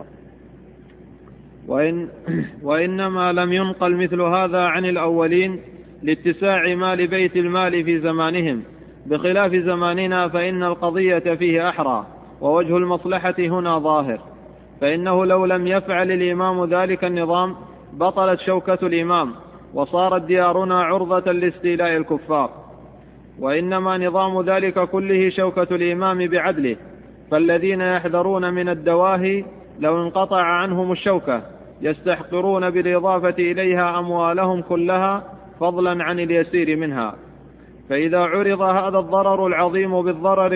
وإنما لم ينقل مثل هذا عن الأولين لاتساع مال بيت المال في زمانهم، بخلاف زماننا فإن القضية فيه أحرى، ووجه المصلحة هنا ظاهر، فإنه لو لم يفعل الإمام ذلك النظام بطلت شوكة الإمام وصارت ديارنا عرضة لاستيلاء الكفار، وإنما نظام ذلك كله شوكة الإمام بعدله، فالذين يحذرون من الدواهي لو انقطع عنهم الشوكة يستحقرون بالإضافة إليها أموالهم كلها فضلا عن اليسير منها. فإذا عرض هذا الضرر العظيم بالضرر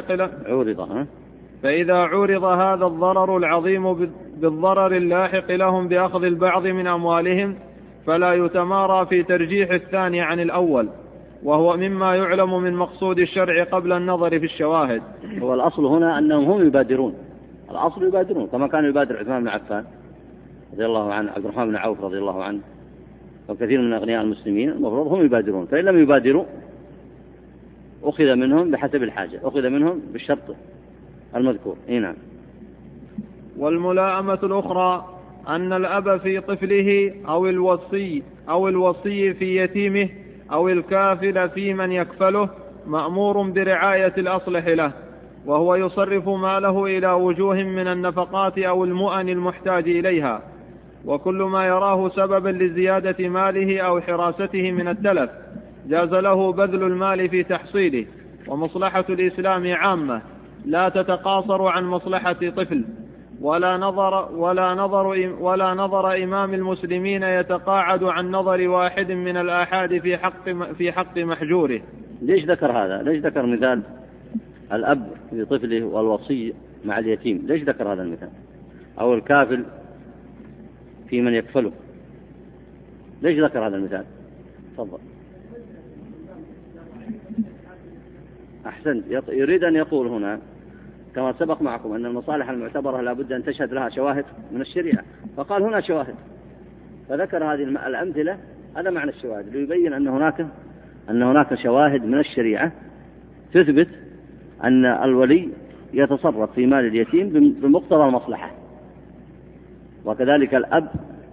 اللاحق لهم بأخذ البعض من أموالهم فلا يتمارى في ترجيح الثاني عن الأول، وهو مما يعلم من مقصود الشرع قبل النظر في الشواهد. هو الأصل هنا أنهم هم يبادرون، الأصل يبادرون كما كان يبادر عثمان بن عفان رضي الله عنه، عبد الرحمن بن عوف رضي الله عنه، وكثير من أغنياء المسلمين المفروض هم يبادرون، فإن لم يبادروا أخذ منهم بحسب الحاجة، أخذ منهم بالشرط المذكور. نعم. والملائمة الأخرى أن الأب في طفله أو الوصي في يتيمه أو الكافل في من يكفله مأمور برعاية الأصلح له، وهو يصرف ماله إلى وجوه من النفقات أو المؤن المحتاج إليها، وكل ما يراه سببا لزيادة ماله أو حراسته من التلف جاز له بذل المال في تحصيله. ومصلحة الإسلام عامة لا تتقاصر عن مصلحة طفل، ولا نظر إمام المسلمين يتقاعد عن نظر واحد من الآحاد في حق محجوره. ليش ذكر هذا؟ ليش ذكر مثال الأب في طفله والوصي مع اليتيم؟ ليش ذكر هذا المثال؟ أو الكافل في من يكفله؟ ليش ذكر هذا المثال؟ تفضل. أحسنت. يريد أن يقول هنا كما سبق معكم أن المصالح المعتبرة لابد أن تشهد لها شواهد من الشريعة، فقال هنا شواهد، فذكر هذه الأمثلة، هذا معنى الشواهد، ليبين أن هناك شواهد من الشريعة تثبت أن الولي يتصرف في مال اليتيم بمقتضى المصلحة، وكذلك الأب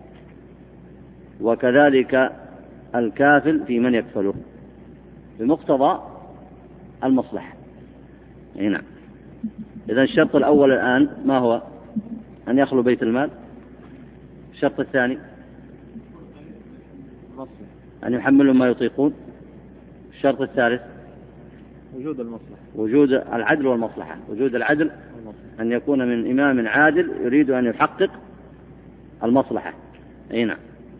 وكذلك الكافل في من يكفله بمقتضى المصلحة. نعم. إذن الشرط الأول الآن ما هو؟ أن يخلو بيت المال. الشرط الثاني أن يحملوا ما يطيقون. الشرط الثالث وجود العدل والمصلحة. وجود العدل أن يكون من إمام عادل يريد أن يحقق المصلحة. نعم.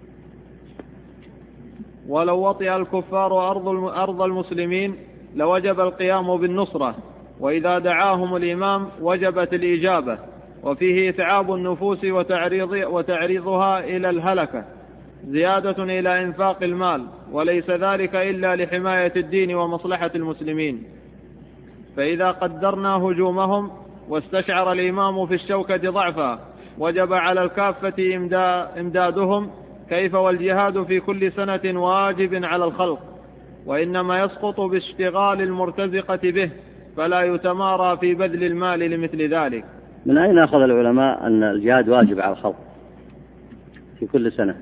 ولو وطئ الكفار أرض المسلمين لوجب القيام بالنصرة، وإذا دعاهم الإمام وجبت الإجابة، وفيه إتعاب النفوس وتعريضها إلى الهلكة، زيادة إلى إنفاق المال، وليس ذلك إلا لحماية الدين ومصلحة المسلمين. فإذا قدرنا هجومهم واستشعر الإمام في الشوكة ضعفا وجب على الكافة إمدادهم، كيف والجهاد في كل سنة واجب على الخلق، وإنما يسقط باشتغال المرتزقة به، فلا يتمارى في بذل المال لمثل ذلك. من أين أخذ العلماء أن الجهاد واجب على الخلق في كل سنة؟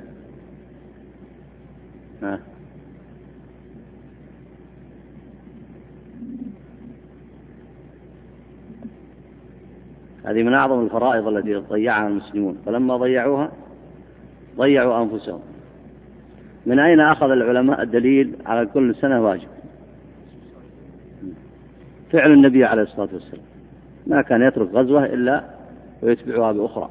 هذه من أعظم الفرائض التي ضيعها المسلمون، فلما ضيعوها ضيعوا أنفسهم. من أين أخذ العلماء الدليل على كل سنة واجب؟ فعل النبي عليه الصلاة والسلام، ما كان يترك غزوة إلا ويتبعها بأخرى،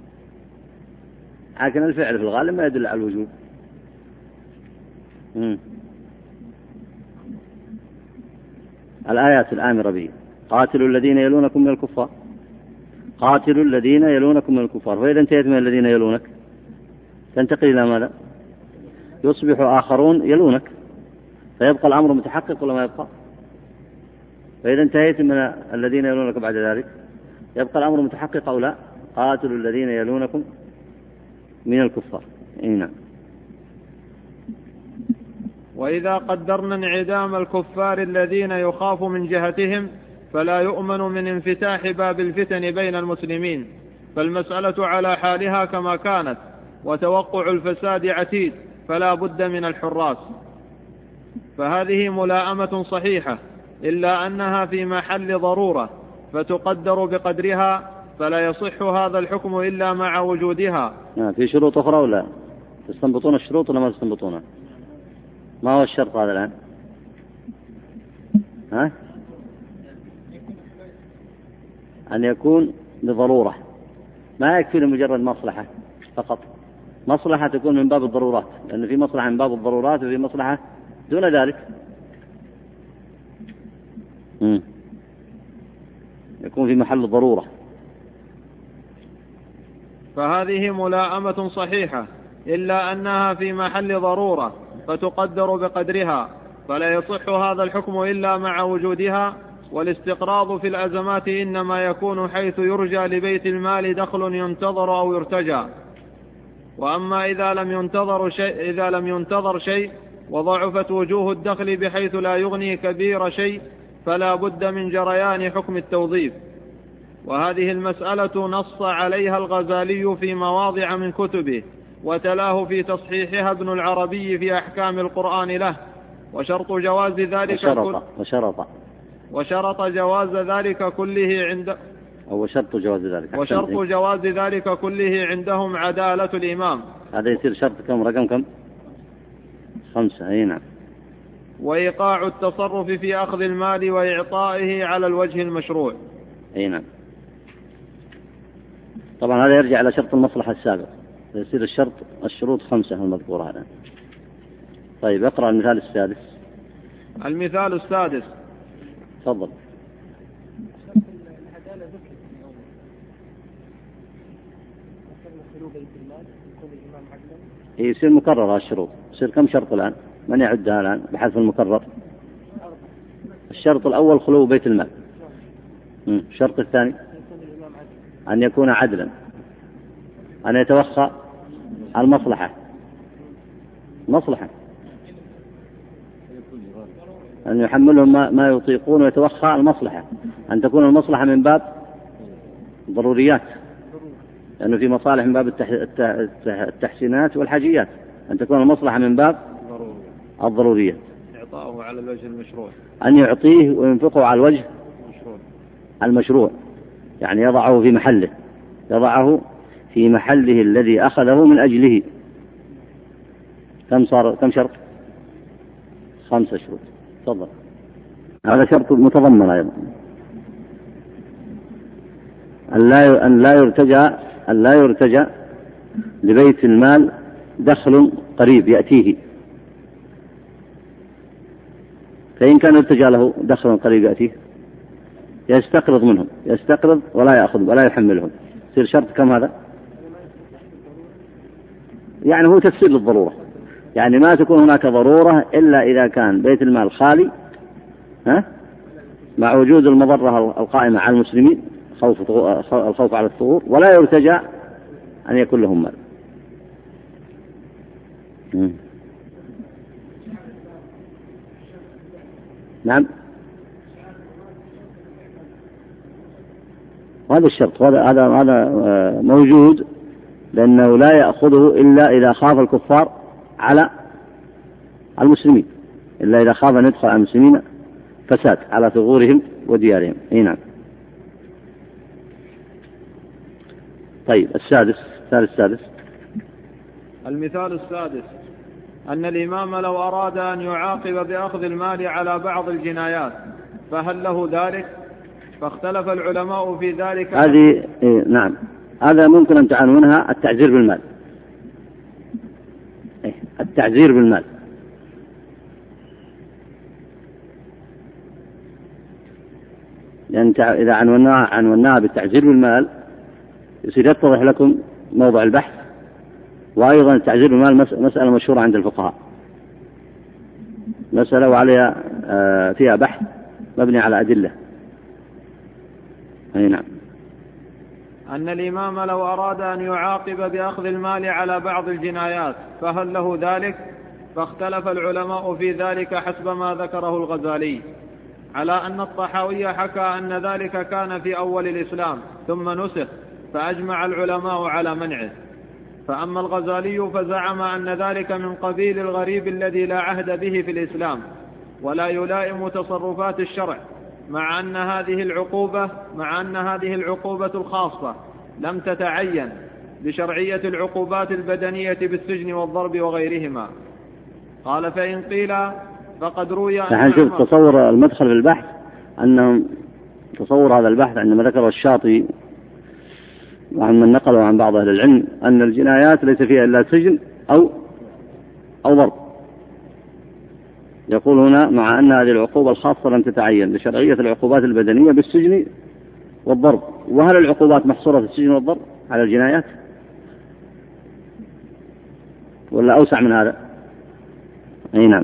لكن الفعل في الغالب ما يدل على الوجوب. الآيات الآمرة به: قاتلوا الذين يلونكم من الكفار، قاتلوا الذين يلونكم من الكفار. فإذا انتهيت من الذين يلونك تنتقل إلى ماذا؟ يصبح آخرون يلونك، فيبقى الأمر متحقق ولا ما يبقى؟ فإذا انتهيت من الذين يلونك بعد ذلك يبقى الأمر متحقق أو لا؟ قاتلوا الذين يلونكم من الكفار. نعم. وإذا قدرنا انعدام الكفار الذين يخاف من جهتهم فلا يؤمن من انفتاح باب الفتن بين المسلمين، فالمسألة على حالها كما كانت، وتوقع الفساد عتيد، فلا بد من الحراس. فهذه ملاءمة صحيحة، إلا أنها في محل ضرورة فتقدر بقدرها، فلا يصح هذا الحكم إلا مع وجودها. في شروط أخرى ولا تستنبطون الشروط ولا ما تستنبطونها؟ ما هو الشرط هذا الآن؟ أن يكون بضرورة، ما يكفي لمجرد مصلحة فقط. مصلحة تكون من باب الضرورات، لأن في مصلحة من باب الضرورات وفي مصلحة دون ذلك. يكون في محل الضرورة. فهذه ملاءمة صحيحة، إلا أنها في محل ضرورة فتقدر بقدرها، فلا يصح هذا الحكم إلا مع وجودها. والاستقراض في الأزمات إنما يكون حيث يرجى لبيت المال دخل ينتظر أو يرتجى. وأما إذا لم ينتظر شيء وضعفت وجوه الدخل بحيث لا يغني كبير شيء، فلا بد من جريان حكم التوظيف. وهذه المسألة نص عليها الغزالي في مواضع من كتبه، وتلاه في تصحيحها ابن العربي في أحكام القرآن له. وشرط جواز ذلك وشرط جواز ذلك كله عندهم عدالة الإمام. هذا يصير شرط كم؟ رقم 5. نعم. وإيقاع التصرف في أخذ المال وإعطائه على الوجه المشروع. نعم. طبعا هذا يرجع إلى شرط المصلحة السابق، يصير الشروط 5 المذكورة الآن. طيب اقرأ المثال السادس. المثال السادس. تفضل. يصير مكرر الشروط. يصير كم شرط الآن؟ من يعدها الآن بحذف المكرر؟ الشرط الأول خلو بيت المال. الشرط الثاني أن يكون عدلا، أن يتوخى المصلحة، أن يحملهم ما يطيقون ويتوخى المصلحة، أن تكون المصلحة من باب ضروريات، لأنه في مصالح من باب التحسينات والحاجيات، أن تكون المصلحة من باب الضروريات. إعطاؤه على الوجه المشروع، أن يعطيه وينفقه على الوجه المشروع، يعني يضعه في محله الذي أخذه من أجله. كم شرط؟ 5 شروط. تفضل. هذا شرط متضمن أيضا، أن لا يرتجى لبيت المال دخل قريب يأتيه، فإن كان يرتجى له دخل قريب يأتيه يستقرض منهم، يستقرض ولا يأخذ ولا يحملهم. يصير شرط كم هذا؟ يعني هو تفسير للضرورة، يعني ما تكون هناك ضرورة إلا إذا كان بيت المال خالي مع وجود المضرة القائمة على المسلمين، الخوف على الثغور، ولا يرتجى أن يكون لهم مال. نعم، وهذا الشرط هذا موجود، لأنه لا يأخذه إلا إذا خاف الكفار على المسلمين، إلا إذا خاف أن يدخل على المسلمين فساد على ثغورهم وديارهم. نعم. طيب السادس المثال السادس أن الإمام لو أراد أن يعاقب بأخذ المال على بعض الجنايات فهل له ذلك؟ فاختلف العلماء في ذلك. هذه نعم، هذا ممكن أن تعنونها التعزير بالمال. التعزير بالمال، لأن إذا عنوناها بالتعزير بالمال يصير يتضح لكم موضع البحث. وأيضا التعزير بالمال مسألة مشهورة عند الفقهاء، مسألة وعليها فيها بحث مبني على أدلة. نعم. أن الإمام لو أراد أن يعاقب بأخذ المال على بعض الجنايات فهل له ذلك؟ فاختلف العلماء في ذلك حسب ما ذكره الغزالي، على أن الطحاوي حكى أن ذلك كان في أول الإسلام ثم نسخ، فأجمع العلماء على منعه. فأما الغزالي فزعم أن ذلك من قبيل الغريب الذي لا عهد به في الإسلام ولا يلائم تصرفات الشرع، مع أن هذه العقوبة الخاصة لم تتعين بشرعية العقوبات البدنية بالسجن والضرب وغيرهما. قال فإن قيل فقد روي نحن شوف تصور المدخل في البحث، أنهم تصور هذا البحث عندما ذكر الشاطبي وعن من نقله عن بعض أهل العلم أن الجنايات ليس فيها إلا سجن أو ضرب. يقول هنا مع أن هذه العقوبة الخاصة لم تتعين بشرعية العقوبات البدنية بالسجن والضرب. وهل العقوبات محصورة في السجن والضرب على الجنايات ولا أوسع من هذا؟ نعم.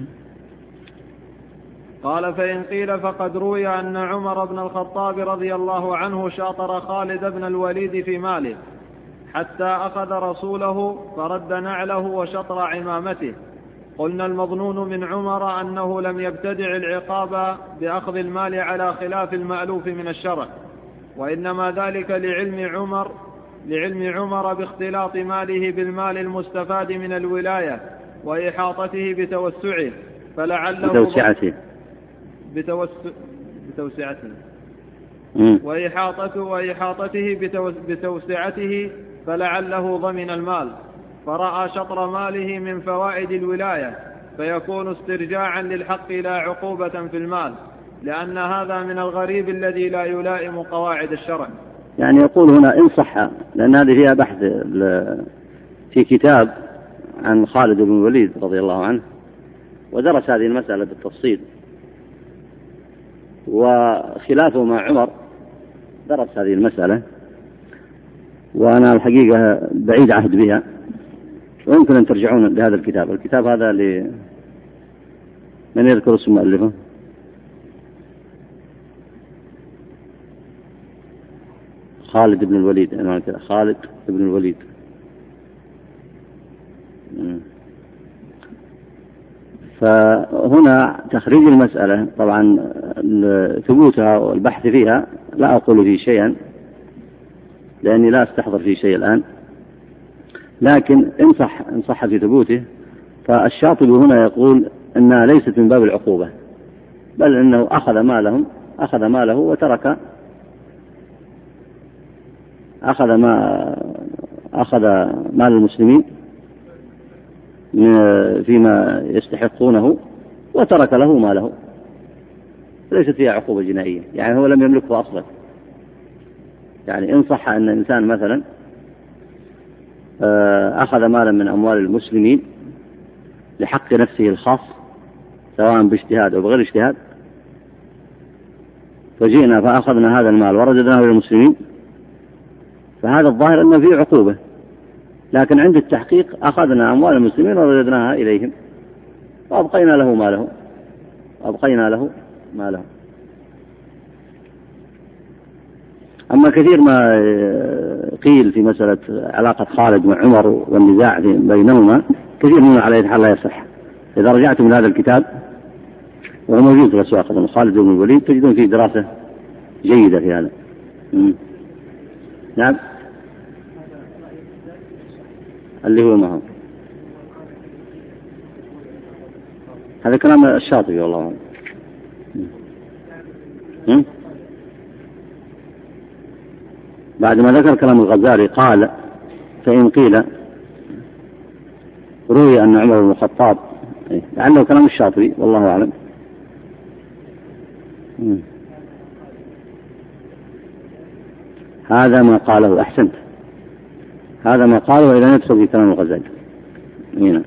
قال فإن قيل فقد روي أن عمر بن الخطاب رضي الله عنه شاطر خالد بن الوليد في ماله حتى أخذ رسوله فرد نعله وشطر عمامته. قلنا المظنون من عمر أنه لم يبتدع العقاب بأخذ المال على خلاف المألوف من الشرع، وإنما ذلك لعلم عمر باختلاط ماله بالمال المستفاد من الولاية وإحاطته بتوسعه وإحاطته بتوسعته فلعله ضمن المال، فرأى شطر ماله من فوائد الولاية فيكون استرجاعا للحق لا عقوبة في المال، لأن هذا من الغريب الذي لا يلائم قواعد الشرع. يعني يقول هنا إن صح، لأن هذه فيها بحث في كتاب عن خالد بن الوليد رضي الله عنه، ودرس هذه المسألة بالتفصيل، وخلافه مع عمر درس هذه المسألة، وأنا الحقيقة بعيد عهد بها، ويمكن أن ترجعون لهذا الكتاب هذا من يذكر اسم مؤلفه؟ خالد بن الوليد، أنا كذا خالد بن الوليد. فهنا تخريج المسألة طبعا ثبوتها والبحث فيها لا أقول فيه شيئا لأني لا أستحضر فيه شيء الآن، لكن إن صح في ثبوته، فالشاطبي هنا يقول أنها ليست من باب العقوبة، بل أنه أخذ ماله وترك أخذ مال المسلمين فيما يستحقونه وترك له ماله. ليست فيها عقوبة جنائية، يعني هو لم يملكه أصلا. يعني إن صح أن الإنسان مثلا أخذ مالا من أموال المسلمين لحق نفسه الخاص سواء باجتهاد أو بغير اجتهاد، فجئنا فأخذنا هذا المال ورددناه للمسلمين، فهذا الظاهر أنه فيه عقوبة، لكن عند التحقيق أخذنا أموال المسلمين ورددناها إليهم وأبقينا له ماله. أما كثير ما قيل في مسألة علاقة خالد مع عمر والنزاع بينهما كثير منه على يد حال لا يصح. إذا رجعتم من هذا الكتاب وهو موجود في الأسواق من خالد بن الوليد تجدون فيه دراسة جيدة في هذا. نعم، اللي هو ما هو هذا كلام الشاطبي والله. بعد ما ذكر كلام الغزالي قال: فإن قيل روي أن عمر بن الخطاب، لعله كلام الشاطبي والله أعلم. هذا ما قاله، أحسنت، هذا ما قاله إذا ندخل في كلام الغزالي. هنا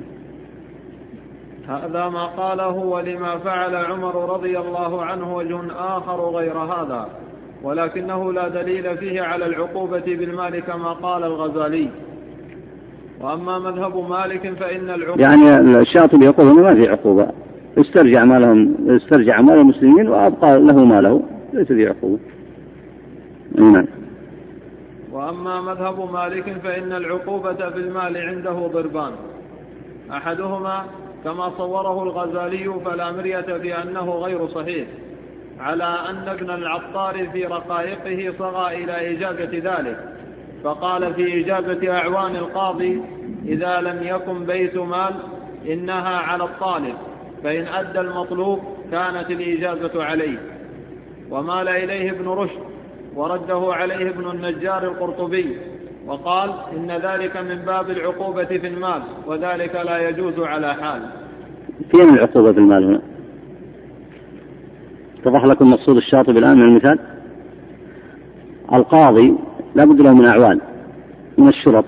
هذا ما قاله. ولما فعل عمر رضي الله عنه وجه آخر غير هذا، ولكنه لا دليل فيه على العقوبة بالمال كما قال الغزالي. وأما مذهب مالك فإن العقوبة، يعني الشاطبي يقول إنه ما في عقوبة، استرجع مال المسلمين وأبقى له ماله، ليس في عقوبة. نعم. وأما مذهب مالك فإن العقوبة بالمال عنده ضربان: أحدهما كما صوره الغزالي فلا مرية في أنه غير صحيح، على أن ابن العطار في رقائقه صغى إلى إجازة ذلك، فقال في إجازة أعوان القاضي: إذا لم يكن بيت مال إنها على الطالب، فإن أدى المطلوب كانت الإجازة عليه. ومال إليه ابن رشد ورده عليه ابن النجار القرطبي، وقال إن ذلك من باب العقوبة في المال، وذلك لا يجوز على حال. فين العقوبة في المال هنا؟ اتضح لكم مقصود الشاطبي الآن من المثال. القاضي لابد له من أعوان من الشرط،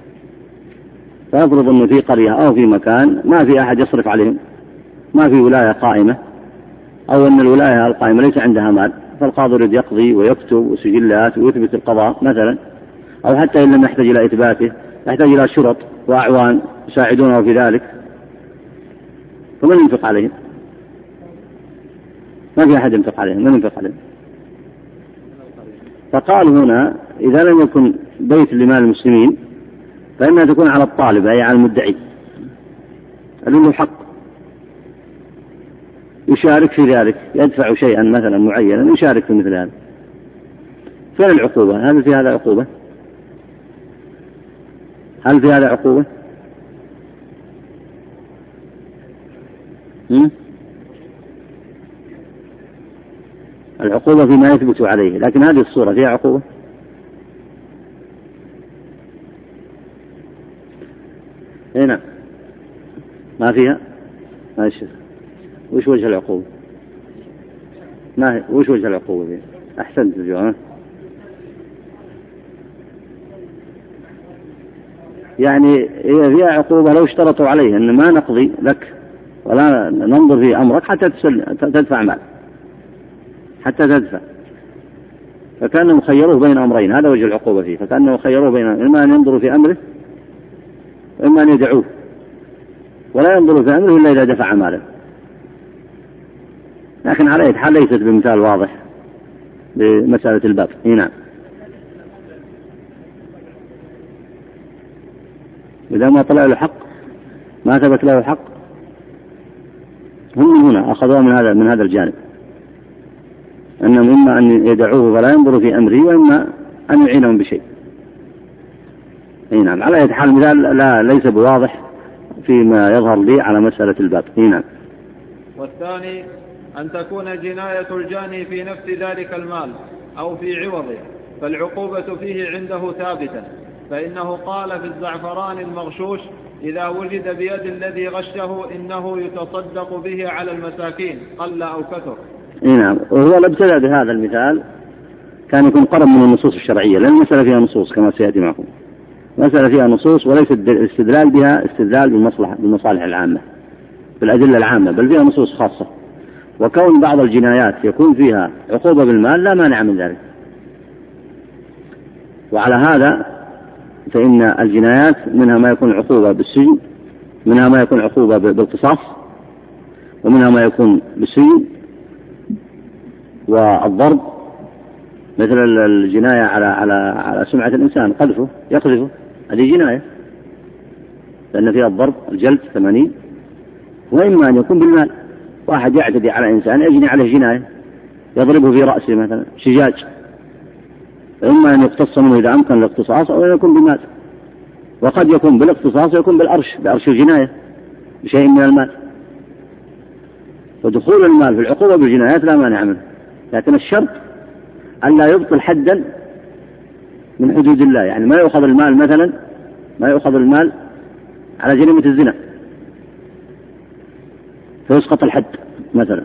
فيفرض أنه في قرية أو في مكان ما في أحد يصرف عليهم، ما في ولاية قائمة، أو أن الولاية القائمة ليس عندها مال، فالقاضي يريد يقضي ويكتب وسجلات ويثبت القضاء مثلا، أو حتى إن لم يحتاج إلى إثباته يحتاج إلى شرط وأعوان يساعدونه في ذلك، فمن ينفق عليهم؟ ما في أحد ينفق عليهم، من ينفق عليهم؟ فقال هنا إذا لم يكن بيت لمال المسلمين فإنها تكون على الطالب، أي على المدعي الذي له حق يشارك في ذلك، يدفع شيئا مثلا معينا يشارك في مثل هذا. فين العقوبة؟ هل في هذا عقوبة؟ هل في هذا عقوبة؟ العقوبة فيما يثبت عليه، لكن هذه الصورة فيها عقوبة؟ هنا ما فيها. ماشي، وش وجه العقوبة؟ ما هي وش وجه العقوبة فيها؟ أحسنت الجواب. يعني هي فيها عقوبة لو اشترطوا عليه أن ما نقضي لك ولا ننظر في أمرك حتى تدفع مال، حتى تدفع، فكانوا خيروه بين أمرين، هذا وجه العقوبة فيه، فكانوا خيروه بين إما أن ينظروا في أمره وإما أن يدعوه، ولا ينظروا في أمره إلا إذا دفع ماله. لكن على أي حال ليست بمثال واضح بمسألة الباب. هنا إذا ما طلع له حق، ما ثبت له حق، هم هنا أخذوها من هذا الجانب، أنهم إما أن يدعوه فلا ينظروا في أمره وإما أن يعينهم بشيء. نعم، على أي حال المثال ليس بواضح فيما يظهر لي على مسألة الباب. نعم. والثاني أن تكون جناية الجاني في نفس ذلك المال أو في عوضه، فالعقوبة فيه عنده ثابتة، فإنه قال في الزعفران المغشوش: إذا وجد بيد الذي غشه إنه يتصدق به على المساكين قل أو كثر. نعم. وهو الابتداء بهذا المثال كان يكون قرب من النصوص الشرعية، لأن المسألة فيها نصوص كما سيأتي معكم، مسألة فيها نصوص وليس الاستدلال بها استدلال بالمصالح العامة بالأدلة العامة، بل فيها نصوص خاصة. وكون بعض الجنايات يكون فيها عقوبة بالمال لا مانع من ذلك. وعلى هذا فإن الجنايات منها ما يكون عقوبة بالسجن، منها ما يكون عقوبة بالقصاص، ومنها ما يكون بالسجن والضرب، مثل الجناية على سمعة الإنسان، قذفه يقذفه، هذه جناية لأن فيها الضرب الجلد 80. وإما أن يكون بالمال، واحد يعتدي على إنسان يجني عليه جناية، يضربه في رأسه مثلا شجاج، إما أن يقتص منه إذا أمكن الاقتصاص، أو يكون بالمال. وقد يكون بالاقتصاص ويكون بأرش الجناية بشيء من المال. ودخول المال في العقوبة بالجنايات لا مانع منه، لكن الشرط أن لا يبطل حدا من حدود الله. يعني ما يؤخذ المال مثلا، ما يؤخذ المال على جريمة الزنا فيسقط الحد مثلا.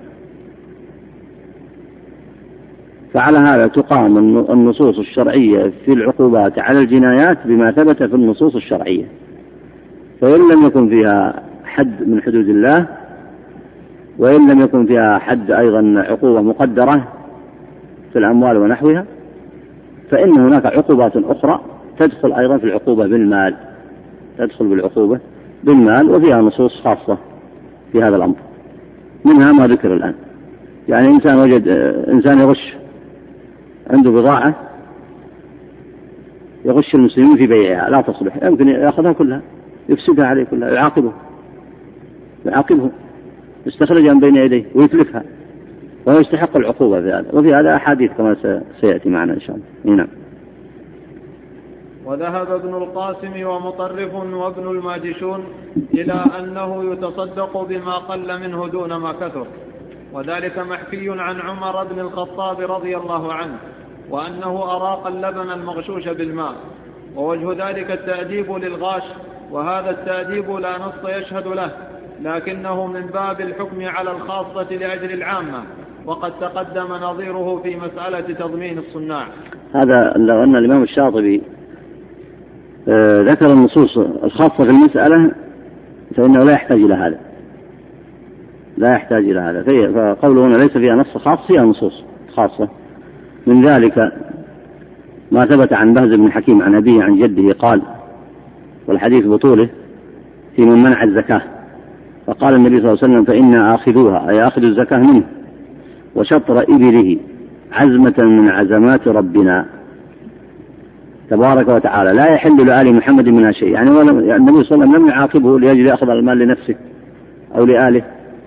فعلى هذا تقام النصوص الشرعية في العقوبات على الجنايات بما ثبت في النصوص الشرعية. فإن لم يكن فيها حد من حدود الله، وإن لم يكن فيها حد أيضا عقوبة مقدرة في الأموال ونحوها، فإن هناك عقوبات أخرى تدخل أيضا في العقوبة بالمال، تدخل بالعقوبة بالمال، وفيها نصوص خاصة في هذا الأمر. منها ما ذكر الآن، يعني إنسان وجد إنسان يغش، عنده بضاعة يغش المسلمين في بيعها لا تصلح، يمكن يأخذها كلها يفسدها عليه كلها، يعاقبه يستخرجها من بين يديه ويتلفها، وهو يستحق العقوبة في هذا. وفي هذا أحاديث كما سيأتي معنا إن شاء الله. نعم. وذهب ابن القاسم ومطرف وابن الماجشون إلى أنه يتصدق بما قل منه دون ما كثر، وذلك محكي عن عمر بن الخطاب رضي الله عنه، وأنه أراق اللبن المغشوش بالماء. ووجه ذلك التأديب للغاش، وهذا التأديب لا نص يشهد له، لكنه من باب الحكم على الخاصة لأجل العامة، وقد تقدم نظيره في مسألة تضمين الصناع. هذا لو أن الإمام الشاطبي ذكر النصوص الخاصة في المسألة فإنه لا يحتاج إلى هذا، لا يحتاج إلى هذا. فقوله هنا ليس فيها نص خاص، فيها نصوص خاصة. من ذلك ما ثبت عن بهز بن حكيم عن أبيه عن جده قال، والحديث بطوله، في من منع الزكاة، فقال النبي صلى الله عليه وسلم: فإنا آخذوها، أي آخذ الزكاة منه، وشطر إبله عزمة من عزمات ربنا تبارك وتعالى، لا يحل لآل محمد منها شيء. يعني النبي صلى الله عليه وسلم لم يعاقبه لأجل يأخذ المال لنفسه أو لآله،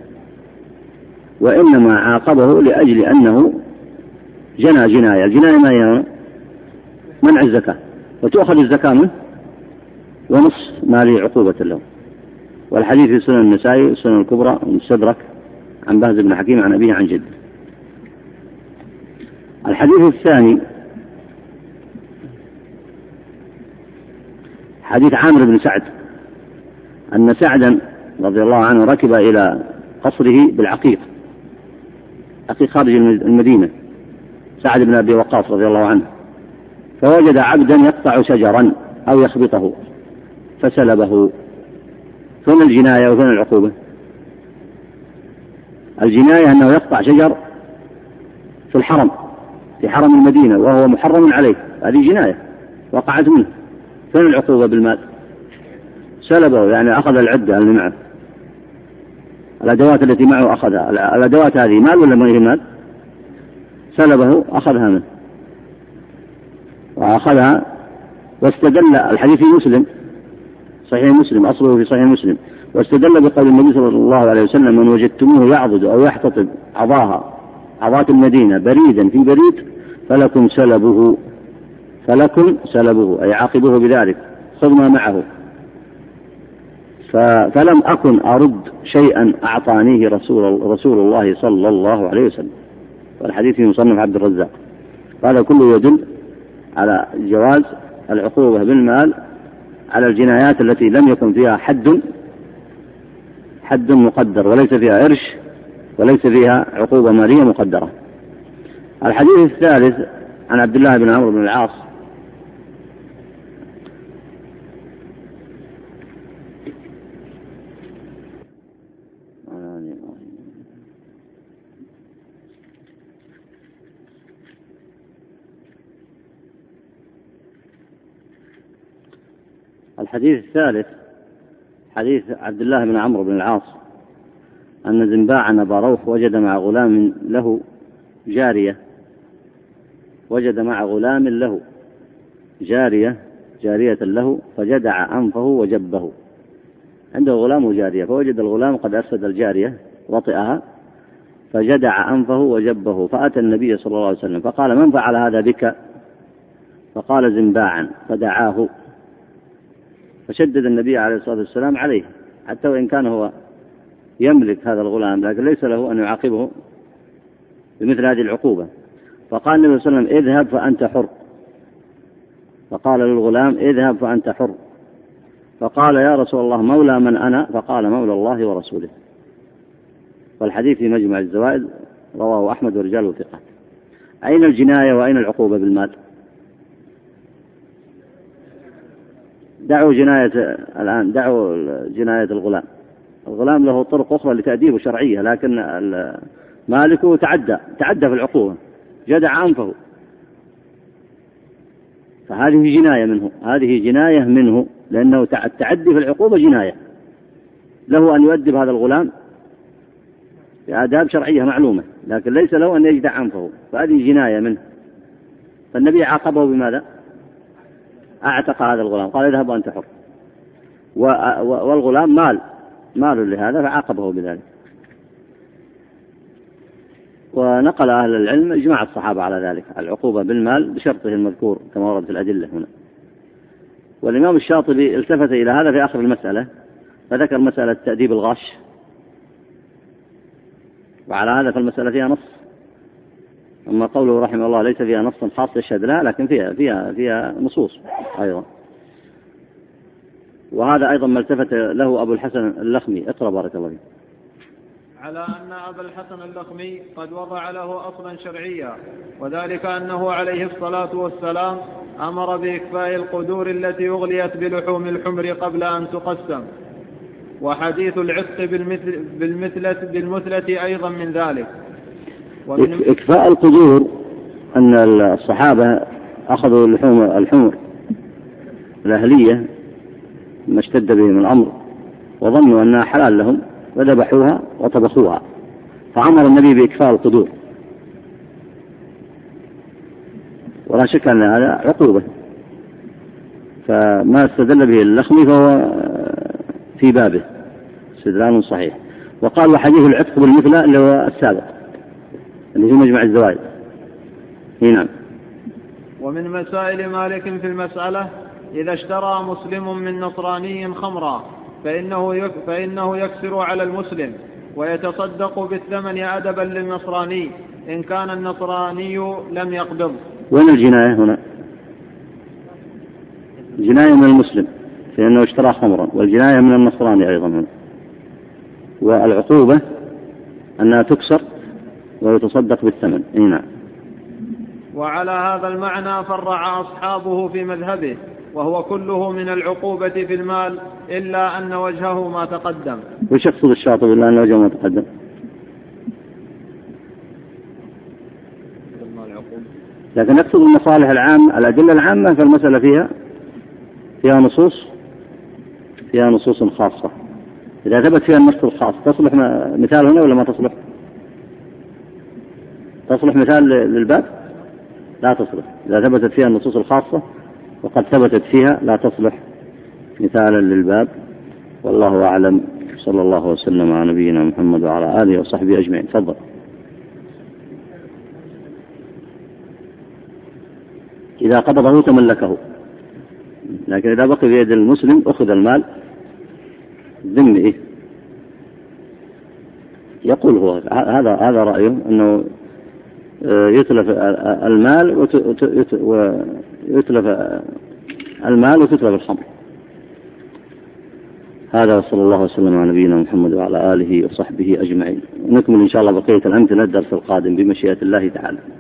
وإنما عاقبه لأجل أنه جنى جناية. الجناية ما هي؟ منع الزكاة، وتأخذ الزكاة منه ونص ما له عقوبة له. والحديث في سنن النسائي والسنن الكبرى والمستدرك عن بهز بن حكيم عن أبيه عن جده. الحديث الثاني حديث عامر بن سعد أن سعدا رضي الله عنه ركب إلى قصره بالعقيق، عقيق خارج المدينة، سعد بن أبي وقاص رضي الله عنه، فوجد عبدا يقطع شجرا أو يخبطه فسلبه. فين الجناية وفين العقوبة؟ الجناية أنه يقطع شجر في الحرم، في حرم المدينة، وهو محرم عليه، هذه جناية وقعت منه. فين العقوبة بالمال؟ سلبه، يعني أخذ العدة اللي معه، الأدوات التي معه أخذها. الأدوات هذه مال ولا ما هي مال؟ سلبه، أخذها منه وأخذها. واستدل الحديث في مسلم، صحيح مسلم، أصله في صحيح مسلم، واستدل بقول النبي صلى الله عليه وسلم: من وجدتموه يعضد أو يحتطب عضات المدينة بريدا في بريد فلكم سلبه، أي عاقبه بذلك، خذ ما معه. فلم أكن أرد شيئا أعطانيه رسول الله صلى الله عليه وسلم. والحديث في مصنف عبد الرزاق. هذا كله يدل على جواز العقوبة بالمال على الجنايات التي لم يكن فيها حد مقدر، وليس فيها إرش وليس فيها عقوبة مالية مقدرة. الحديث الثالث عن عبد الله بن عمرو بن العاص الحديث الثالث حديث عبد الله بن عمرو بن العاص أن زنباعا أبا روح وجد مع غلام له جارية جارية له فجدع أنفه وجبه. عنده غلام وجارية، فوجد الغلام قد أفسد الجارية وطئها فجدع أنفه وجبه، فأتى النبي صلى الله عليه وسلم فقال: من فعل هذا بك؟ فقال: زنباعا، فدعاه، فشدد النبي عليه الصلاة والسلام عليه، حتى وإن كان هو يملك هذا الغلام لكن ليس له أن يعاقبه بمثل هذه العقوبة. فقال النبي صلى الله عليه وسلم: اذهب فأنت حر. فقال للغلام: اذهب فأنت حر. فقال: يا رسول الله مولى من أنا؟ فقال: مولى الله ورسوله. والحديث في مجمع الزوائد، رواه أحمد ورجاله ثقات. أين الجناية وأين العقوبة بالمال؟ دعوا جناية الغلام له طرق أخرى لتأديبه شرعية، لكن مالكه تعدى في العقوبة، جدع أنفه، فهذه جناية منه، لأنه التعدي في العقوبة جناية، له أن يؤدب هذا الغلام بآداب شرعية معلومة، لكن ليس له أن يجدع أنفه، فهذه جناية منه. فالنبي عاقبه بماذا؟ أعتق هذا الغلام، قال: اذهب وأنت حر. والغلام مال لهذا، فعاقبه بذلك. ونقل أهل العلم إجماع الصحابة على ذلك، العقوبة بالمال بشرطه المذكور كما ورد في الأدلة هنا. والإمام الشاطبي التفت إلى هذا في آخر المسألة، فذكر مسألة تأديب الغاش، وعلى هذا فالمسألة فيها نص. أما قوله رحمه الله ليس فيها نص خاص يشهد لها، لكن فيها نصوص أيضا. وهذا أيضا ما التفت له أبو الحسن اللخمي. اقرأ بارك الله فيك. على أن أبا الحسن اللخمي قد وضع له أصلا شرعيا، وذلك أنه عليه الصلاة والسلام أمر بإكفاء القدور التي أغليت بلحوم الحمر قبل أن تقسم. وحديث العتق بالمثلة أيضا من ذلك. إكفاء القدور أن الصحابة أخذوا لحوم الحمر الأهلية ما اشتد بهم الأمر وظنوا أنها حلال لهم فذبحوها وطبخوها، فأمر النبي بإكفاء القدور، ولا شك أن هذا عقوبة. فما استدل به اللخمي فهو في بابه استدلال صحيح. وقال: وحديث العتق بالمثلى اللي هو السابق اللي في مجمع الزوائد. نعم. ومن مسائل مالك في المسألة: إذا اشترى مسلم من نصراني خمرا فإنه يكسر على المسلم ويتصدق بالثمن أدبا للنصراني إن كان النصراني لم يقبض. وين الجناية هنا؟ الجناية من المسلم فإنه اشترى خمرا، والجناية من النصراني أيضا هنا. والعقوبة أنها تكسر ويتصدق بالثمن. نعم. وعلى هذا المعنى فرع أصحابه في مذهبه، وهو كله من العقوبة في المال إلا أن وجهه ما تقدم. وش يقصد الشاطبي إلا أن وجهه ما تقدم؟ لكن يقصد المصالح العامة، الأدلة العامة فالمسألة فيها نصوص خاصة. إذا ثبت فيها النص الخاص تصلح مثال هنا ولا ما تصلح؟ تصلح مثال للباب؟ لا تصلح. إذا ثبتت فيها النصوص الخاصة وقد ثبتت فيها لا تصلح مثالا للباب. والله أعلم. صلى الله وسلم على نبينا محمد وعلى آله وصحبه أجمعين. تفضل. إذا قبضه تملكه، لكن إذا بقي في يد المسلم أخذ المال ذمئه. يقول هو هذا رأيه أنه يتلف المال وتتلف الخمر. هذا وصلى الله وسلم على نبينا محمد وعلى آله وصحبه أجمعين. نكمل إن شاء الله بقية الأمثلة الدرس القادم بمشيئة الله تعالى.